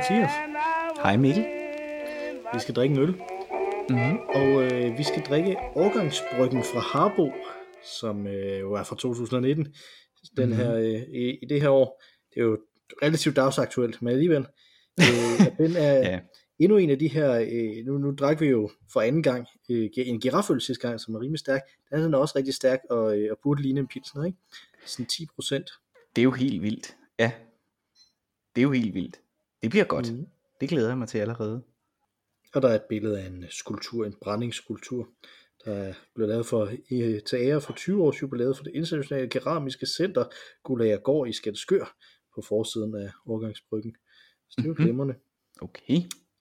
Mathias. Hej Mikkel. Vi skal drikke en øl. Mm-hmm. Og vi skal drikke årgangsbryggen fra Harbo, som jo er fra 2019. Den her, i det her år, det er jo relativt dagsaktuelt, men alligevel. Den er endnu en af de her, nu drak vi jo for anden gang en giraføl sidste gang, som er rimelig stærk. Den er også rigtig stærk og burde ligne en pilsner, ikke? Sådan 10%. Det er jo helt vildt. Ja, det er jo helt vildt. Det bliver godt. Det glæder jeg mig til allerede. Og der er et billede af en skulptur, en brændingsskulptur, der er blevet lavet til ære for 20 års jubilæet for det internationale keramiske center Guldagergaard i Skælskør på forsiden af årgangsbryggen. Så det er jo glimrende. Okay.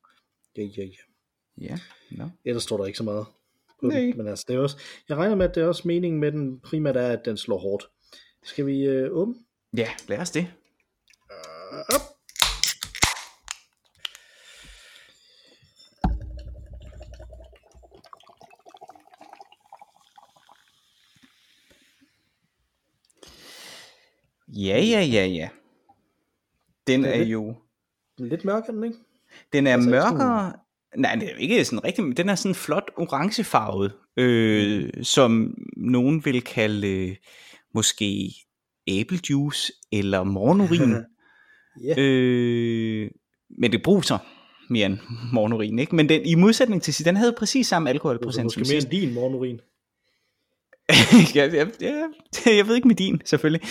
Ja. No. Ellers står der ikke så meget på den, men altså, det er også, jeg regner med, at det er også meningen med den primært er, at den slår hårdt. Skal vi åbne? Ja, lad os det. Op. Ja. Den er jo lidt mørkere, den, ikke? Den er altså mørkere. Nej, det er ikke sådan rigtig, men den er sådan flot orangefarvet, som nogen vil kalde måske æblejuice eller morgenurin. Men det bruser mere end morgenurin, ikke? Men den, i modsætning til den havde præcis samme alkoholprocent som sidst. Måske mere end din morgenurin. Jeg ved ikke med din, selvfølgelig.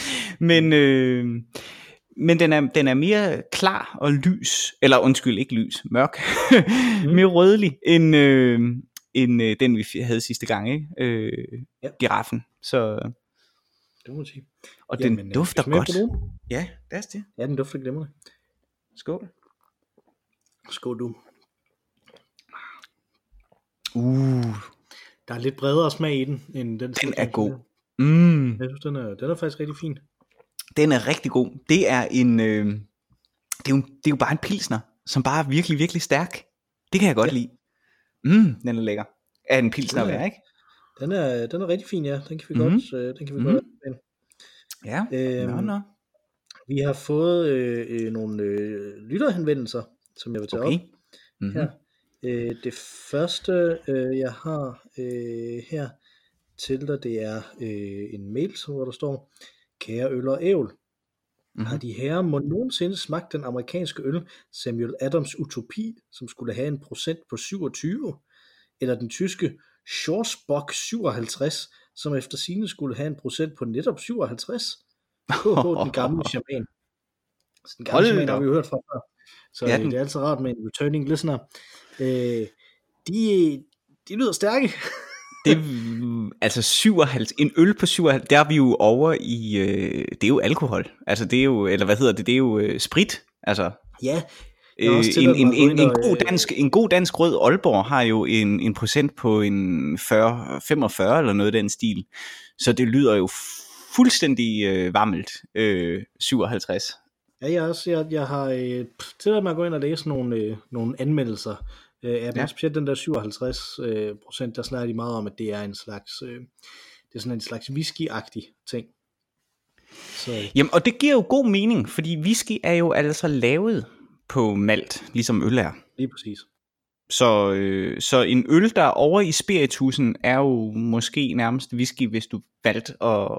Men den er mere klar og lys, eller undskyld, ikke lys, mørk, mere rødlig end den vi havde sidste gang, ikke? Giraffen. Så det må man sige. Og den dufter godt. Ja, det er det. Ja, den dufter glimrende. Skål. Skål du. Der er lidt bredere smag i den end den. Den er god. Jeg synes den er faktisk rigtig fin. Den er rigtig god. Det er en det er jo bare en pilsner, som bare er virkelig virkelig stærk. Det kan jeg godt lide. Den er lækker. Er en pilsner værd, ikke? Den er rigtig fin, ja. Den kan vi godt godt. Ja. Vi har fået nogle lytterhenvendelser, som jeg vil tage op. Her. Det første jeg har her til dig, det er en mail, hvor der står: kære øl og ævl, har de herrer må nogensinde smagt den amerikanske øl Samuel Adams Utopi, som skulle have en procent på 27, eller den tyske Schwarzbock 57, som efter sigende skulle have en procent på netop 57? Den gamle shaman. Den gamle shaman har vi jo hørt fra før, så det er altid rart med en returning listener. De lyder stærke. Det altså 57, en øl på 57, der er vi jo over i det er jo alkohol. Altså det er jo, eller hvad hedder det? Det er jo sprit. Altså ja. En god dansk rød Aalborg har jo en procent på en 45 eller noget af den stil. Så det lyder jo fuldstændig varmelt 57. Ja, jeg har tilladt mig at gå ind og læse nogle anmeldelser af den, specielt den der 57%, der snakker de meget om, at det er en slags det er sådan en slags whisky-agtig ting. Så. Jamen, og det giver jo god mening, fordi whisky er jo altså lavet på malt, ligesom øl er. Lige præcis. Så en øl, der er over i spiritusen, er jo måske nærmest whisky, hvis du valgte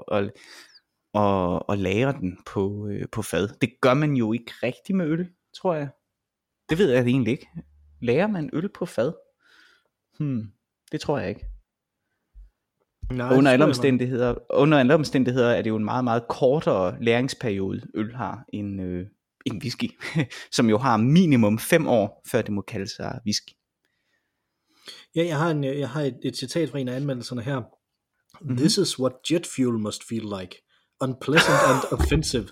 at lagre den på fad. Det gør man jo ikke rigtig med øl, tror jeg. Det ved jeg egentlig ikke. Lærer man øl på fad? Det tror jeg ikke. Nej, under alle omstændigheder er det jo en meget, meget kortere læringsperiode, øl har end whisky, som jo har minimum 5 år, før det må kalde sig whisky. Ja, jeg har et citat fra en af anmeldelserne her. This is what jet fuel must feel like. Unpleasant and offensive.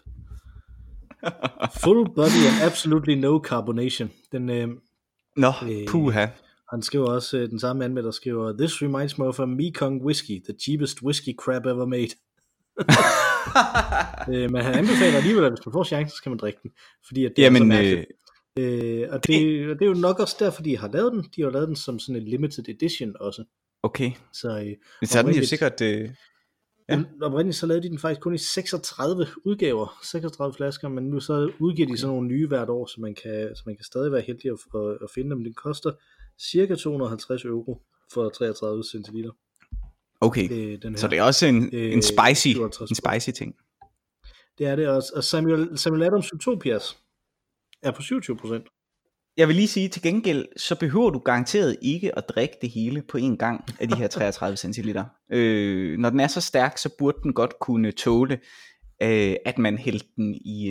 Full body and absolutely no carbonation. Puha. Han skriver også, den samme anmelder skriver, this reminds me of a Mekong whiskey, the cheapest whiskey crap ever made. Men han anbefaler alligevel, at hvis man får chance, så skal man drikke den. Fordi at det er så mærkeligt. Og det er jo nok også derfor, de har lavet den. De har lavet den som sådan en limited edition også. Okay. Så er den jo sikkert Oprindeligt så lavede de den faktisk kun i 36 udgaver, 36 flasker, men nu så udgiver de sådan nogle nye hvert år, så man kan stadig være heldig at finde dem. Den koster cirka 250 € for 33 centiliter. Okay, så det er også en spicy ting. Det er det også. Og Samuel Adams Utopias er på 27%. Jeg vil lige sige, til gengæld, så behøver du garanteret ikke at drikke det hele på en gang af de her 33 centiliter. Når den er så stærk, så burde den godt kunne tåle, at man hældte den i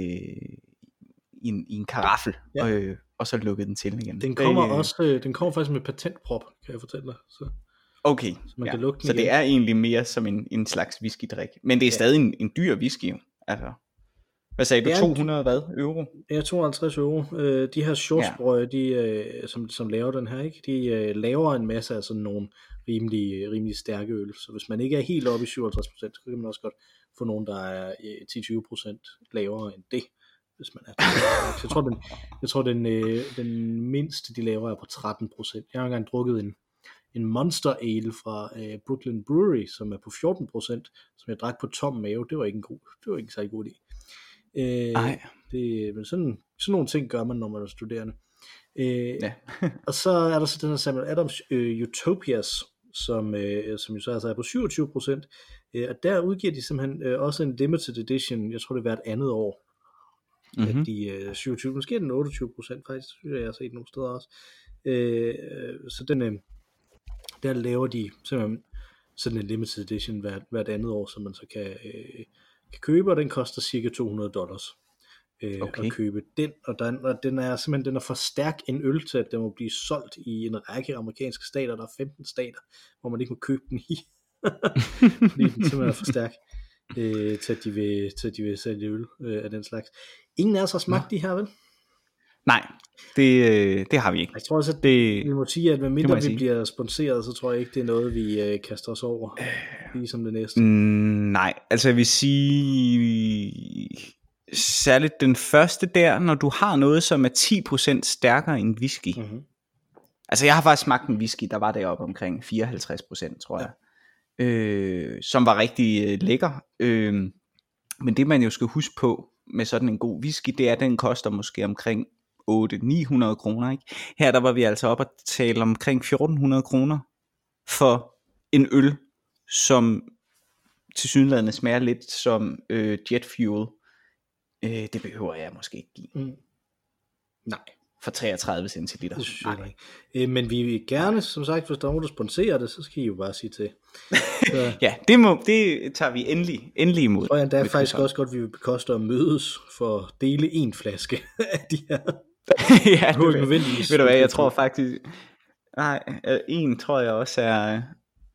en karaffel, og så lukkede den til igen. Den kommer faktisk med patentprop, kan jeg fortælle dig. Okay, så det er egentlig mere som en slags whiskydrik. Men det er stadig en dyr whisky. Altså, hvad sagde du, 200 euro? Ja, 250 €. De her shortsbrøg, som laver den her, ikke? De laver en masse af sådan nogle rimelig stærke øl. Så hvis man ikke er helt oppe i 57%, så kan man også godt få nogen, der er 10-20% lavere end det. Hvis man er. Jeg tror den mindste, de laver, er på 13%. Jeg har engang drukket en Monster Ale fra Brooklyn Brewery, som er på 14%, som jeg drak på tom mave. Det var ikke en særlig god idé. Men sådan nogle ting gør man, når man er studerende. Og så er der så den her Samuel Adams Utopias, som jo så altså er på 27%. Og der udgiver de simpelthen også en limited edition. Jeg tror det er hvert andet år. At de 27, måske er den 28% faktisk, synes jeg har set nogle steder også. Så den der laver de simpelthen sådan en limited edition hvert andet år, som man så kan købe, og den koster cirka $200 at købe den, og den er simpelthen den er for stærk en øl til, at den må blive solgt i en række amerikanske stater. Der er 15 stater, hvor man ikke må købe den i, fordi den simpelthen er for stærk til at de vil sælge øl af den slags. Ingen af os har smagt de her, vel? Nej, det har vi ikke. Jeg tror også, at vi må sige, at medmindre vi bliver sponsoreret, så tror jeg ikke, det er noget, vi kaster os over, ligesom det næste. Nej, altså jeg vil sige, særligt den første der, når du har noget, som er 10% stærkere end whisky. Altså jeg har faktisk smagt en whisky, der var deroppe omkring 54%, tror jeg. Som var rigtig lækker. Men det man jo skal huske på med sådan en god whisky, det er, at den koster måske omkring 800-900 kroner, ikke? Her der var vi altså op at tale omkring 1400 kroner for en øl, som tilsyneladende smager lidt som jet fuel. Det behøver jeg måske ikke give. Nej. For 33 centiliter. Det synes jeg ikke. Men vi vil gerne, som sagt, hvis der er nogen, der sponsorerer det, så skal I jo bare sige til. Så. Ja, det tager vi endelig imod. Og det er faktisk også godt, at vi vil bekoste at mødes for at dele en flaske af de her. Ja, ved du hvad, jeg tror faktisk, en tror jeg også er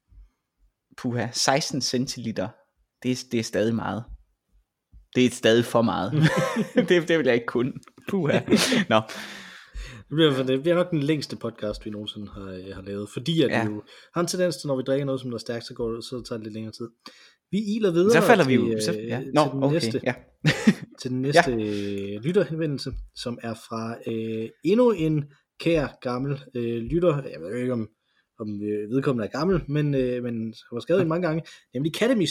16 centiliter. Det er stadig meget. Det er stadig for meget. det vil jeg ikke kunne. Nå. Det bliver nok den længste podcast, vi nogensinde har lavet, fordi at vi jo har en tendens til, når vi drikker noget, som er stærkt, så tager det lidt længere tid. Vi iler videre så falder vi til den næste lytterhenvendelse, som er fra endnu en kær gammel lytter. Jeg ved ikke, om vedkommende er gammel, men har skadet en mange gange, nemlig Katemis.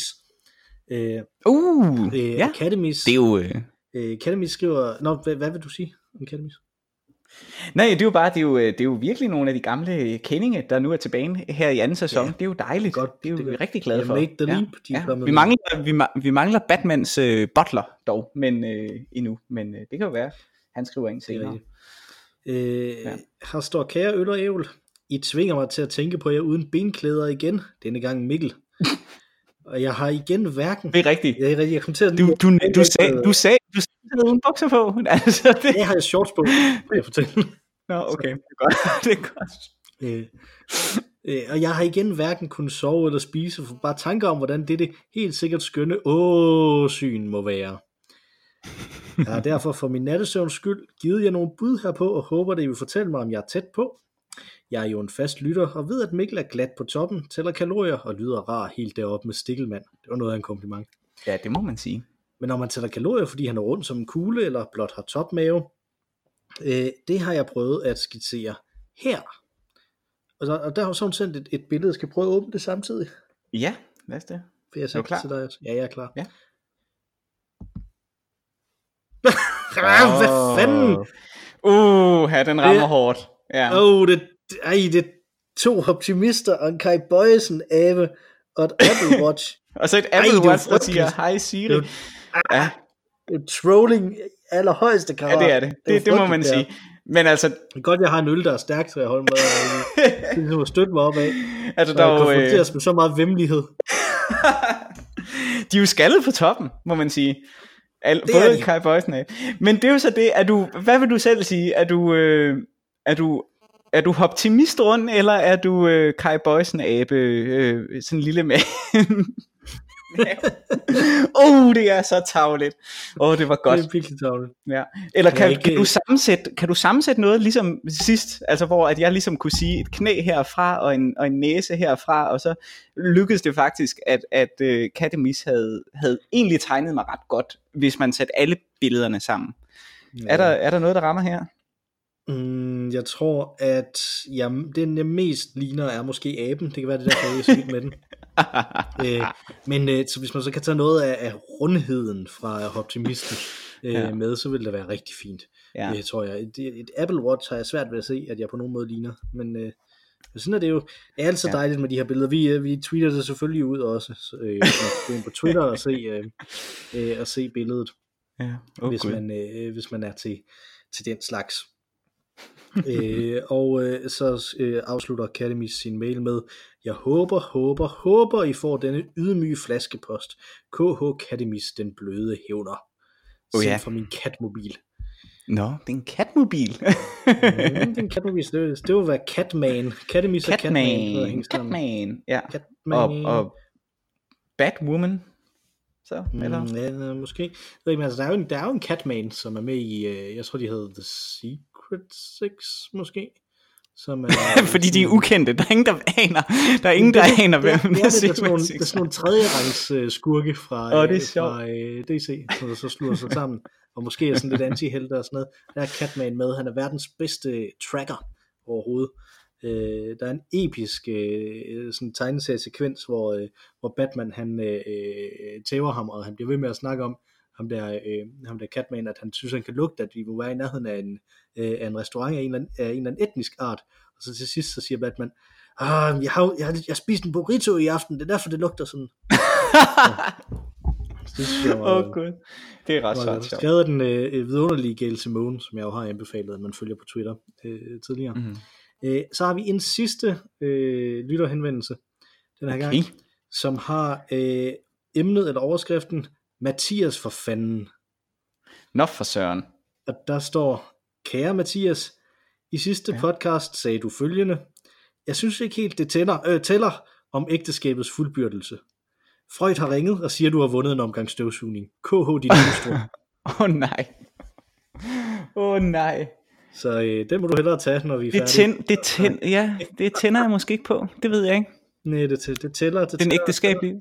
Katemis. Det er jo... Katemis skriver... hvad vil du sige om Katemis? Nej, det er jo virkelig nogle af de gamle kendinge, der nu er tilbage her i anden sæson. Det er jo dejligt. Godt, det er jo vi rigtig glade for. Vi mangler Batmans butler dog, men endnu. Men det kan jo være, han skriver ind senere. Her står: kære øl og ævl, I tvinger mig til at tænke på jer uden benklæder igen. Denne gang Mikkel. Og jeg har igen hverken... Det er rigtigt. Jeg kom til at... Du sagde uden bukser på. Altså, det... Jeg har shorts på, kan jeg fortælle. Nå, okay. Det er godt. Og jeg har igen hverken kunnet sove eller spise, for bare tanker om, hvordan det helt sikkert skønne syn må være. Jeg har derfor for min nattesøvns skyld givet jer nogle bud herpå, og håber, at I vil fortælle mig, om jeg er tæt på. Jeg er jo en fast lytter, og ved, at Mikkel er glat på toppen, tæller kalorier og lyder rar helt deroppe med Stikkelmand. Det var noget af en kompliment. Ja, det må man sige. Men når man tæller kalorier, fordi han er rund som en kugle, eller blot har topmave, det har jeg prøvet at skitsere her. Og der har hun sådan sendt et billede, skal prøve at åbne det samtidig. Ja, lad os det. Vil jeg sætte til dig også? Ja, jeg er klar. Ja. Hvad fanden? Ja, den rammer hårdt. Ja. Det er 2 optimister og en Kai Bøjsen abe og et Apple Watch. Og så et Apple Watch, der siger, hej Siri. Ja. Trolling allerhøjeste grad. Ja, det er det. Det må man sige. Men altså... Det er godt, jeg har en øl, der er stærkt, så jeg holder med. Det er støtte mig op af. Altså, der jeg konfronteres med så meget vemmelighed. De er jo skaldet på toppen, må man sige. Både Kai Bøjsen af. Men det er jo så det, hvad vil du selv sige? Er du optimist rundt, eller er du Kai Bøjsen abe, sådan en lille mand? Det er så tarveligt. Det var godt. Det er virkelig tarveligt. Ja. Eller kan du sammensætte noget ligesom sidst, altså hvor at jeg ligesom kunne sige et knæ herfra og en næse herfra, og så lykkedes det faktisk, at Kattemis havde egentlig tegnet mig ret godt, hvis man satte alle billederne sammen. Ja. Er der noget, der rammer her? Jeg tror, at den jeg mest ligner er måske aben. Det kan være det derfor, jeg er så vidt med den. Men så hvis man så kan tage noget af rundheden fra optimisten med, så vil det være rigtig fint. Ja. Det tror jeg. Et Apple Watch har jeg svært ved at se, at jeg på nogen måde ligner. Men sådan er det jo. Det er altid dejligt med de her billeder. Vi tweeter det selvfølgelig ud også. Så gå ind på Twitter og se billedet. Ja. Hvis man er til den slags. Så afslutter Kattemis sin mail med: jeg håber I får denne ydmyge flaskepost. KH Kattemis, den bløde hævner. Sendt fra min katmobil. Det er en katmobil. Det er en katmobil. Det vil være Catman. Kattemis og Catman. Ja. Catman. Og Batwoman. Så, eller? Ja, måske. Altså, der er jo en Catman, som er med i, jeg tror de hedder The Secret Six, måske. Som er, fordi de er ukendte. Der er ingen, der aner, hvem det er. Det er sådan nogle tredjerangs skurke fra DC, som så slutter sig sammen. Og måske er sådan lidt anti-helte og sådan noget. Der er Catman med. Han er verdens bedste tracker overhovedet. Der er en episk sådan tegneseriesekvens, hvor Batman han tæver ham, og han bliver ved med at snakke om ham der Catman, at han synes han kan lugte, at vi må være i nærheden af en restaurant af en eller anden etnisk art, og så til sidst så siger Batman, jeg har spist en burrito i aften, det er derfor det lugter sådan. Gud. Det er ret sjovt. Jeg skrev den vidunderlige Gail Simone, som jeg jo har anbefalet, at man følger på Twitter tidligere. Mm-hmm. Så har vi en sidste lytterhenvendelse den her gang, som har emnet eller overskriften Mathias for fanden. Nå for søren. Og der står: kære Mathias, i sidste podcast sagde du følgende: jeg synes ikke helt det tæller om ægteskabets fuldbyrdelse. Freud har ringet og siger, du har vundet en omgang støvsugning. KH din hustru. Nej. Så den må du hellere tage, når vi er færdige. Det tænder jeg måske ikke på. Det ved jeg ikke. Nej, det tæller. Den ægteskabelige.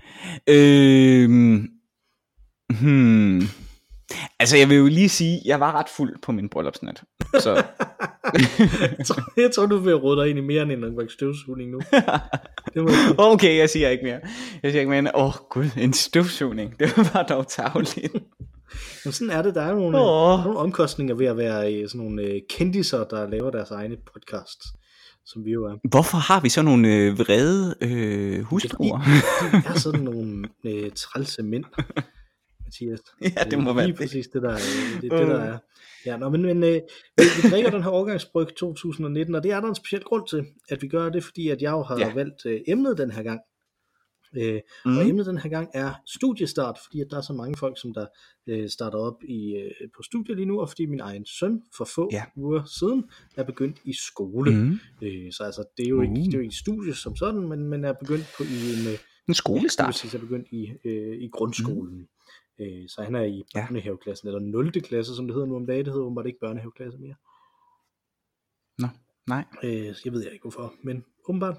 Altså jeg vil jo lige sige, jeg var ret fuld på min bryllupsnat. Så jeg tror du vil råde dig ind i mere end en omgang støvsugning nu. Okay, jeg siger ikke mere. Gud, en støvsugning. Det var dog tarveligt. Men sådan er det. Der er nogle omkostninger ved at være sådan nogle kendiser, der laver deres egne podcasts, som vi jo er. Hvorfor har vi så nogle vrede hustruer? Det er sådan nogle trælse mænd, Mathias. Ja, det må være lige præcis det der, det der er. Ja, men vi drikker den her årgangsbryg 2019, og det er der en speciel grund til, at vi gør det, fordi at jeg jo har valgt emnet den her gang. Og emnet den her gang er studiestart, fordi at der er så mange folk, som der starter op på studiet lige nu, og fordi min egen søn for få uger siden er begyndt i skole. Så altså, det er jo ikke studie som sådan, men er begyndt på en skolestart. Så er begyndt i grundskolen. Så han er i børnehaveklassen, eller 0. klasse, som det hedder nu om dagen. Det hedder åbenbart ikke børnehaveklasse mere. Nå, nej. Jeg ved ikke hvorfor, men åbenbart.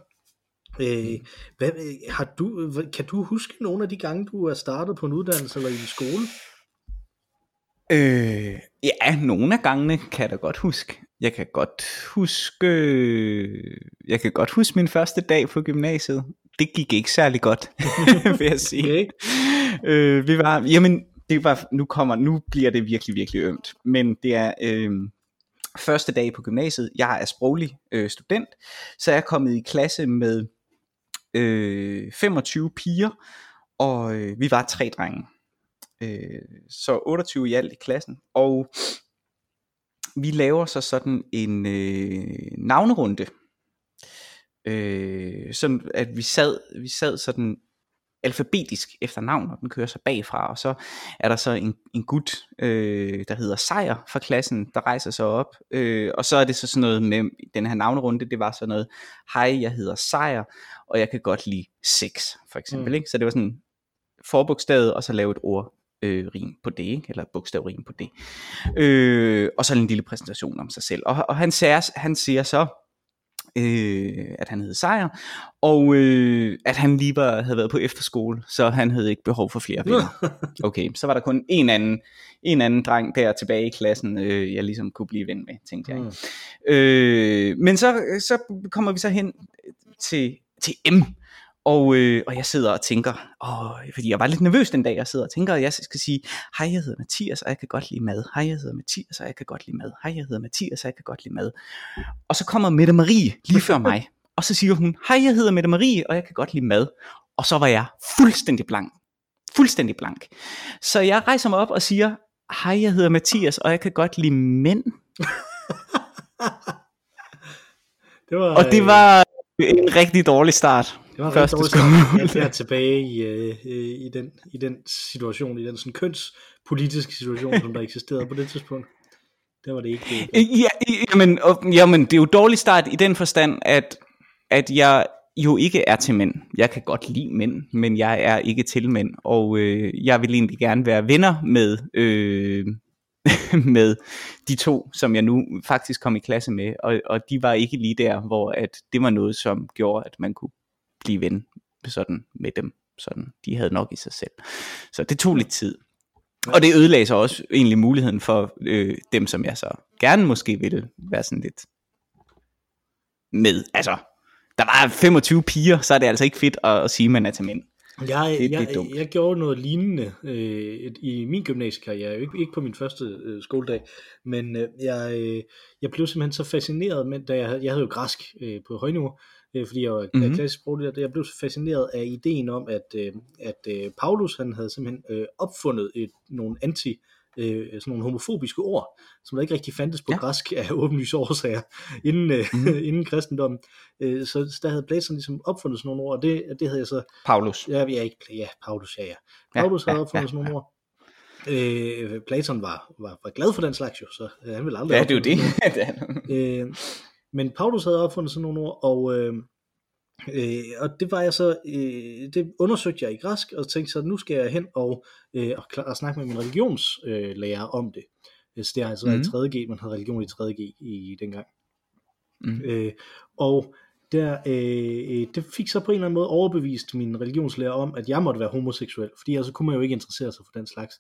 Kan du huske nogle af de gange, du er startet på en uddannelse eller i en skole? Ja, nogle af gangene kan jeg da godt huske. Jeg kan godt huske min første dag på gymnasiet. det gik ikke særlig godt, vil jeg sige. Okay. Nu bliver det virkelig, virkelig ømt. Men det er første dag på gymnasiet. Jeg er sproglig student, så jeg er kommet i klasse med 25 piger, og vi var 3 drenge. Så 28 i alt i klassen, og vi laver så sådan en navnerunde, sådan at vi sad sådan alfabetisk efter navn, og den kører så bagfra, og så er der så en gut, der hedder Sejer fra klassen, der rejser sig op, og så er det så sådan noget med den her navnerunde, det var sådan noget, hej, jeg hedder Sejer, og jeg kan godt lide sex, for eksempel, ikke? Så det var sådan forbogstavet, og så lave et ord rim på det, ikke? Eller bogstavrim på det, og så en lille præsentation om sig selv, og han siger så, at han hed Sejer, og at han lige havde været på efterskole, så han havde ikke behov for flere venner. Okay, så var der kun en anden dreng der tilbage i klassen, jeg ligesom kunne blive ven med, tænkte jeg. Men så kommer vi så hen til M, og jeg sidder og tænker, fordi jeg var lidt nervøs den dag, jeg sidder og tænker, at jeg skal sige, hej, jeg hedder Mathias, og jeg kan godt lide mad. Hej, jeg hedder Mathias, og jeg kan godt lide mad. Hej, jeg hedder Mathias, og jeg kan godt lide mad. Og så kommer Mette Marie lige før mig, og så siger hun, hej, jeg hedder Mette Marie, og jeg kan godt lide mad. Og så var jeg fuldstændig blank. Så jeg rejser mig op og siger, hej, jeg hedder Mathias, og jeg kan godt lide mænd. Det var en rigtig dårlig start. Det var første skole. Jeg er tilbage i den situation, i den sådan kønspolitiske situation, som der eksisterede på det tidspunkt. Der var det ikke. Jamen, det er jo dårlig start i den forstand, at jeg jo ikke er til mænd. Jeg kan godt lide mænd, men jeg er ikke til mænd, og jeg vil egentlig gerne være venner med de 2, som jeg nu faktisk kom i klasse med, og de var ikke lige der, hvor at det var noget, som gjorde, at man kunne blive ven sådan med dem. Sådan, de havde nok i sig selv. Så det tog lidt tid. Og det ødelagde så også egentlig muligheden for dem, som jeg så gerne måske ville være sådan lidt med. Altså, der var 25 piger, så er det altså ikke fedt at sige, at man er til mænd. Jeg gjorde noget lignende i min gymnasiekarriere, ikke på min første skoledag, men jeg blev simpelthen så fascineret, med, da jeg havde jo græsk på højniveau, fordi jeg var klassisk sproglig, jeg blev så fascineret af ideen om, at Paulus han havde simpelthen opfundet nogle sådan nogle homofobiske ord, som der ikke rigtig fandtes på græsk af åbenlyse årsager inden kristendommen. Så der havde Platon ligesom opfundet sådan nogle ord, og det havde jeg så... Paulus. Paulus, ja. Paulus havde opfundet sådan nogle ord. Platon var glad for den slags jo, så han ville aldrig... Ja, det er jo det. Men Paulus havde opfundet sådan nogle ord, og det var jeg så, det undersøgte jeg i græsk, og tænkte så, nu skal jeg hen og snakke med min religionslærer om det. Så det er altså i 3.G, man havde religion i 3.G i dengang. Og det fik så på en eller anden måde overbevist min religionslærer om, at jeg måtte være homoseksuel, fordi altså kunne man jo ikke interessere sig for den slags.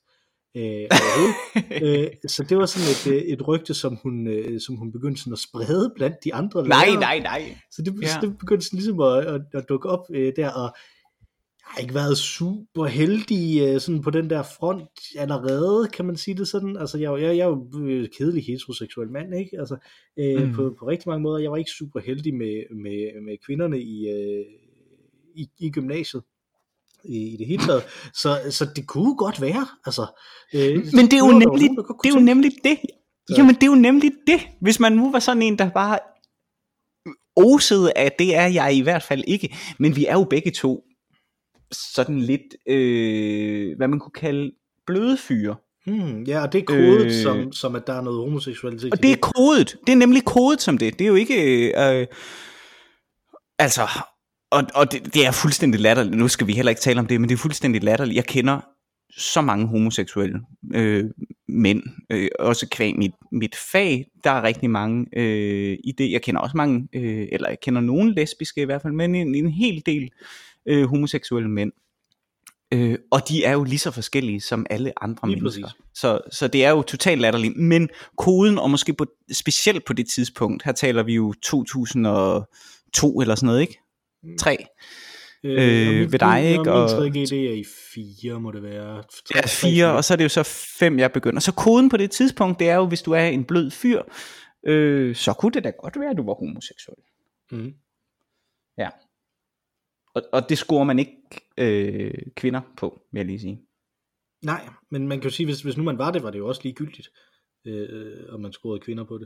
Så det var sådan et rygte, som hun begyndte sådan at sprede blandt de andre lærere. Nej. Så det begyndte sådan ligesom at dukke op der, og jeg har ikke været super heldig sådan på den der front allerede, kan man sige det sådan. Altså jeg er jo kedelig heteroseksuel mand, ikke? Altså på rigtig mange måder. Jeg var ikke super heldig med kvinderne i gymnasiet i det hele taget. Så det kunne godt være, altså. Men det er jo nemlig det. Jamen det er jo nemlig det. Hvis man nu var sådan en, der bare osede af, det er jeg i hvert fald ikke. Men vi er jo begge to sådan lidt, hvad man kunne kalde bløde fyre. Ja, og det er kodet som at der er noget homoseksualitet. Og det er kodet. Det er nemlig kodet som det. Det er jo ikke, altså... Og det er fuldstændig latterligt. Nu skal vi heller ikke tale om det, men det er fuldstændig latterligt. Jeg kender så mange homoseksuelle mænd, også kvæg mit fag. Der er rigtig mange i det. Jeg kender også mange, eller jeg kender nogle lesbiske i hvert fald, men en hel del homoseksuelle mænd. Og de er jo lige så forskellige som alle andre mennesker. Så det er jo totalt latterligt. Men koden, og måske specielt på det tidspunkt, her taler vi jo 2002 eller sådan noget, ikke? 3. ved dig, ikke? Og min 3G, det er i 4, må det være. 4, og så er det jo så 5, jeg begynder. Så koden på det tidspunkt, det er jo, hvis du er en blød fyr, så kunne det da godt være, at du var homoseksuel. Mm. Ja. Og det scorer man ikke kvinder på, vil jeg lige sige. Nej, men man kan jo sige, hvis nu man var det jo også ligegyldigt, om man scorede kvinder på det.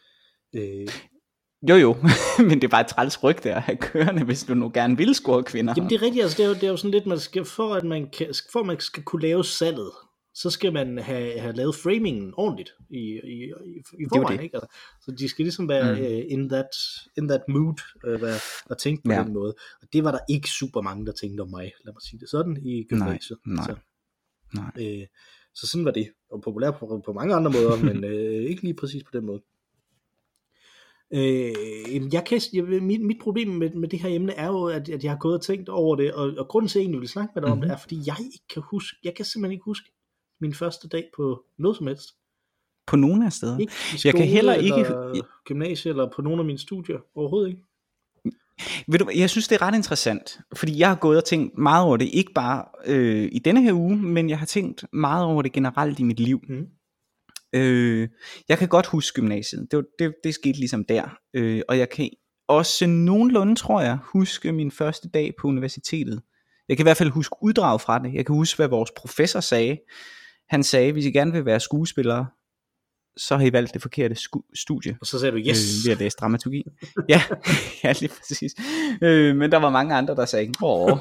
Jo, men det er bare et træls rygte at have kørende, hvis du nu gerne vil score kvinder. Jamen det er rigtigt, altså det er jo sådan lidt, for at man skal kunne lave salget, så skal man have lavet framingen ordentligt i forvejen, ikke? Altså, så de skal ligesom være in that mood, at tænke på den måde. Og det var der ikke super mange, der tænkte om mig, lad mig sige det sådan, i gymnasiet. Nej. Så sådan var det, og populær på mange andre måder, men ikke lige præcis på den måde. Mit problem med det her emne er jo, at jeg har gået og tænkt over det, og grunden til at jeg egentlig vil snakke med dig om det, er fordi jeg kan simpelthen ikke huske min første dag på noget som helst. På nogen af steder? Ikke i skole, jeg kan heller ikke eller gymnasie, eller på nogle af mine studier, overhovedet ikke. Ved du, jeg synes det er ret interessant, fordi jeg har gået og tænkt meget over det, ikke bare i denne her uge, men jeg har tænkt meget over det generelt i mit liv. Jeg kan godt huske gymnasiet, det skete ligesom der, og jeg kan også nogenlunde, tror jeg, huske min første dag på universitetet. Jeg kan i hvert fald huske uddrag fra det. Jeg kan huske, hvad vores professor sagde. Han sagde, hvis I gerne vil være skuespillere, så har I valgt det forkerte studie. Og så sagde du yes. Ved at læse dramaturgi. Ja, lige præcis. Men der var mange andre, der sagde,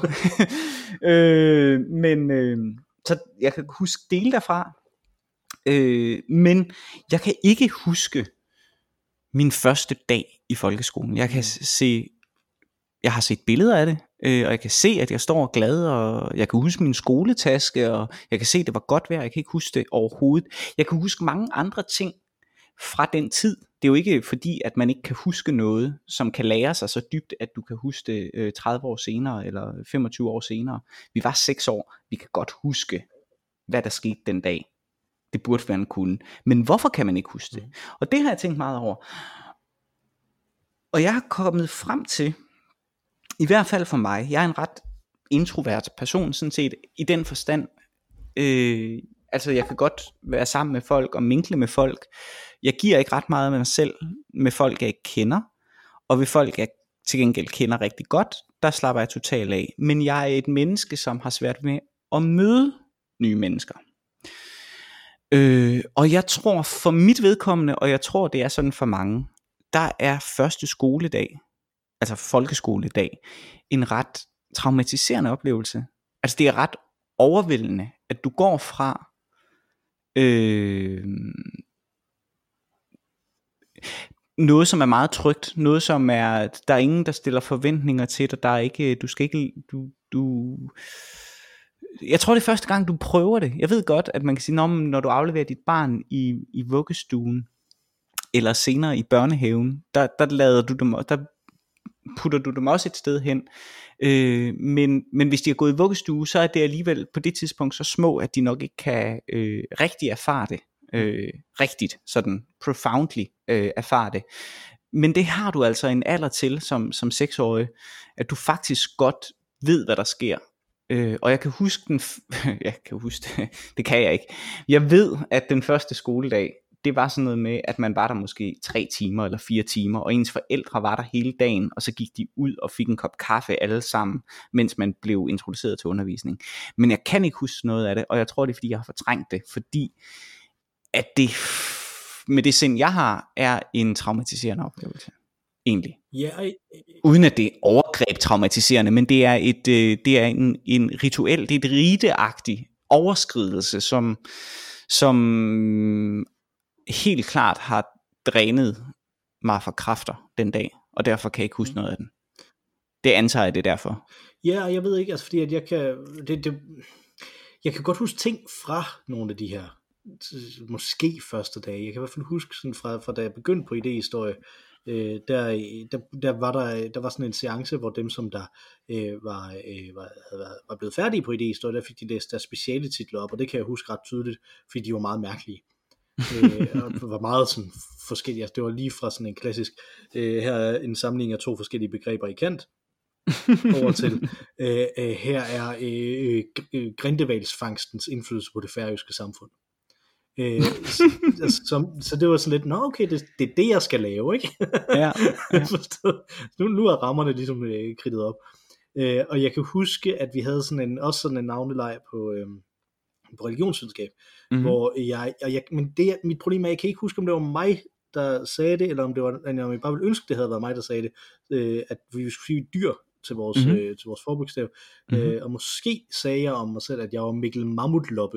så jeg kan huske dele derfra. Men jeg kan ikke huske min første dag i folkeskolen. Jeg har set billeder af det, og jeg kan se, at jeg står glad, og jeg kan huske min skoletaske, og jeg kan se, at det var godt vejr. Jeg kan ikke huske det overhovedet. Jeg kan huske mange andre ting fra den tid. Det er jo ikke fordi, at man ikke kan huske noget, som kan lære sig så dybt, at du kan huske det 30 år senere, eller 25 år senere. Vi var 6 år. Vi kan godt huske, hvad der skete den dag. Det burde man kunne. Men hvorfor kan man ikke huske det? Og det har jeg tænkt meget over. Og jeg har kommet frem til, i hvert fald for mig, jeg er en ret introvert person, sådan set, i den forstand. Altså jeg kan godt være sammen med folk og minkle med folk. Jeg giver ikke ret meget af mig selv med folk, jeg ikke kender. Og ved folk, jeg til gengæld kender rigtig godt, der slapper jeg totalt af. Men jeg er et menneske, som har svært med at møde nye mennesker. Og jeg tror for mit vedkommende, og jeg tror det er sådan for mange, der er første skoledag, altså folkeskoledag, en ret traumatiserende oplevelse. Altså det er ret overvældende, at du går fra noget som er meget trygt, noget som er, der er ingen der stiller forventninger til dig, der er ikke, du skal ikke, jeg tror det er første gang du prøver det. Jeg ved godt at man kan sige, når du afleverer dit barn i vuggestuen eller senere i børnehaven, der putter du dem også et sted hen, men hvis de har gået i vuggestue, så er det alligevel på det tidspunkt så små, at de nok ikke kan rigtig erfare det, rigtigt, sådan profoundly erfare det. Men det har du altså en alder til som 6-årig, at du faktisk godt ved hvad der sker. Og jeg kan huske det kan jeg ikke. Jeg ved at den første skoledag, det var sådan noget med at man var der måske 3 timer eller 4 timer, og ens forældre var der hele dagen, og så gik de ud og fik en kop kaffe alle sammen, mens man blev introduceret til undervisning. Men jeg kan ikke huske noget af det, og jeg tror det er fordi jeg har fortrængt det, fordi at det med det sind jeg har er en traumatiserende oplevelse egentlig. Uden at det er overgreb traumatiserende, men det er en rituel, det er et riteagtig overskridelse, som helt klart har drænet mig for kræfter den dag, og derfor kan jeg ikke huske noget af den. Det antager jeg det derfor. Ja, jeg ved ikke, altså fordi at jeg kan godt huske ting fra nogle af de her måske første dage. Jeg kan i hvert fald huske sådan fra da jeg begyndte på idéhistorie, der var sådan en seance, hvor dem som der var blevet færdige på idéhistorie, der fik de læst deres speciale titler op, og det kan jeg huske ret tydeligt, fordi de var meget mærkelige. Og var meget sådan forskellige. Altså, det var lige fra sådan en klassisk her er en samling af 2 forskellige begreber i Kant, over til, her er grindevalsfangstens indflydelse på det færøske samfund. Så det var sådan lidt, nå okay, det er det, jeg skal lave, ikke? Ja. nu er rammerne ligesom kridtet op. Og jeg kan huske, at vi havde også sådan en navneleg på religionsvidenskab, hvor mit problem er, jeg kan ikke huske, om det var mig, der sagde det, eller om det var, om jeg bare ville ønske, det havde været mig, der sagde det, at vi skulle sige dyr til vores forbogstav, og måske sagde jeg om mig selv, at jeg var Mikkel Mammutloppe.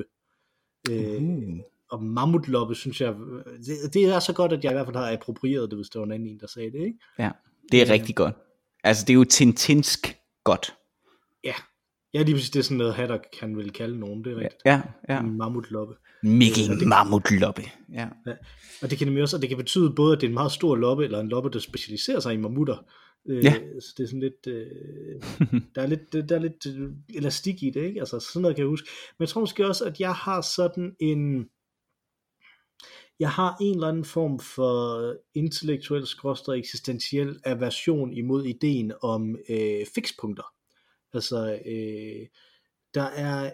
Og Mammutloppe, synes jeg, det er så godt, at jeg i hvert fald har approprieret det, hvis det var en anden, der sagde det, ikke? Ja, det er rigtig godt. Altså, det er jo tintinsk godt. Ja, lige præcis, det er sådan noget, Hatter kan vel kalde nogen, det er rigtigt. Ja. Mammutloppe. Mikkel Mammutloppe. Ja. Og det kan nemlig også, og det kan betyde både, at det er en meget stor loppe, eller en loppe, der specialiserer sig i mammutter. Så det er sådan lidt, der er lidt elastik i det, ikke? Altså sådan noget kan jeg huske. Men jeg tror måske også, at jeg har en eller anden form for intellektuel / eksistentiel aversion imod ideen om fikspunkter. Altså der er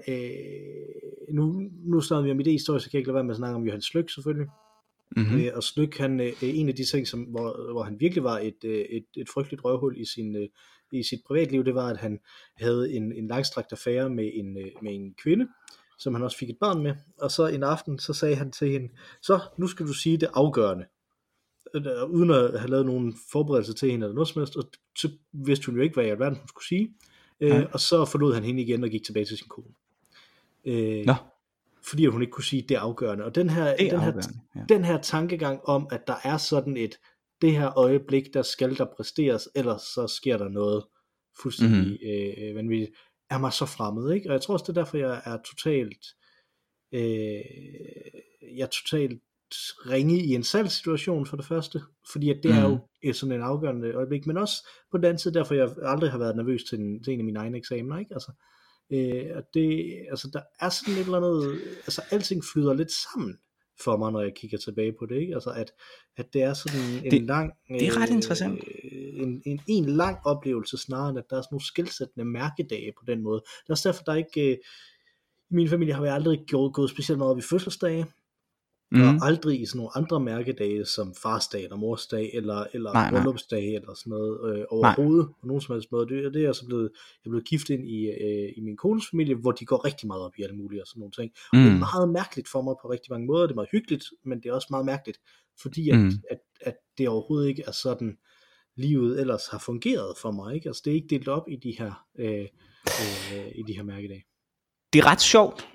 nu snakker vi om idehistorie, så kan jeg ikke lade være med at snakke om Johannes Sløk selvfølgelig. Og Sløk, han en af de ting, hvor han virkelig var et frygteligt røvhul i sit privatliv, det var, at han havde en langstrakt affære med en kvinde, som han også fik et barn med, og så en aften, så sagde han til hende, så nu skal du sige det afgørende, uden at have lavet nogen forberedelse til hende eller noget som helst, og så vidste hun jo ikke, hvad i alverden hun skulle sige, og så forlod han hende igen og gik tilbage til sin kone. Fordi hun ikke kunne sige det afgørende. Og den her tankegang om, at der er sådan det her øjeblik, der skal der præsteres, ellers så sker der noget fuldstændig vanvittigt, er mig så fremmed, ikke? Og jeg tror også, det er derfor, jeg er totalt ringe i en salgssituation for det første, fordi at det er jo sådan en afgørende øjeblik, men også på den anden side, derfor jeg aldrig har været nervøs til en af mine egne eksamener, ikke? Altså, der er sådan et eller andet, altså alting flyder lidt sammen for mig, når jeg kigger tilbage på det, ikke? Altså at det er sådan en lang, det er ret interessant, en lang oplevelse, snarere end at der er sådan nogle skelsættende mærkedage på den måde. Det er også derfor, der ikke i min familie har vi aldrig gået specielt meget op i fødselsdage, og aldrig i sådan nogle andre mærkedage som farsdag eller morsdag eller bryllupsdag eller sådan noget overhovedet på nogen som helst måde. Det er jeg så blevet gift ind i min kones familie, hvor de går rigtig meget op i alle mulige og sådan nogle ting. Og det er meget mærkeligt for mig på rigtig mange måder. Det er meget hyggeligt, men det er også meget mærkeligt, fordi at det overhovedet ikke er sådan livet ellers har fungeret for mig, ikke? Altså det er ikke delt op i de her mærkedage. Det er ret sjovt.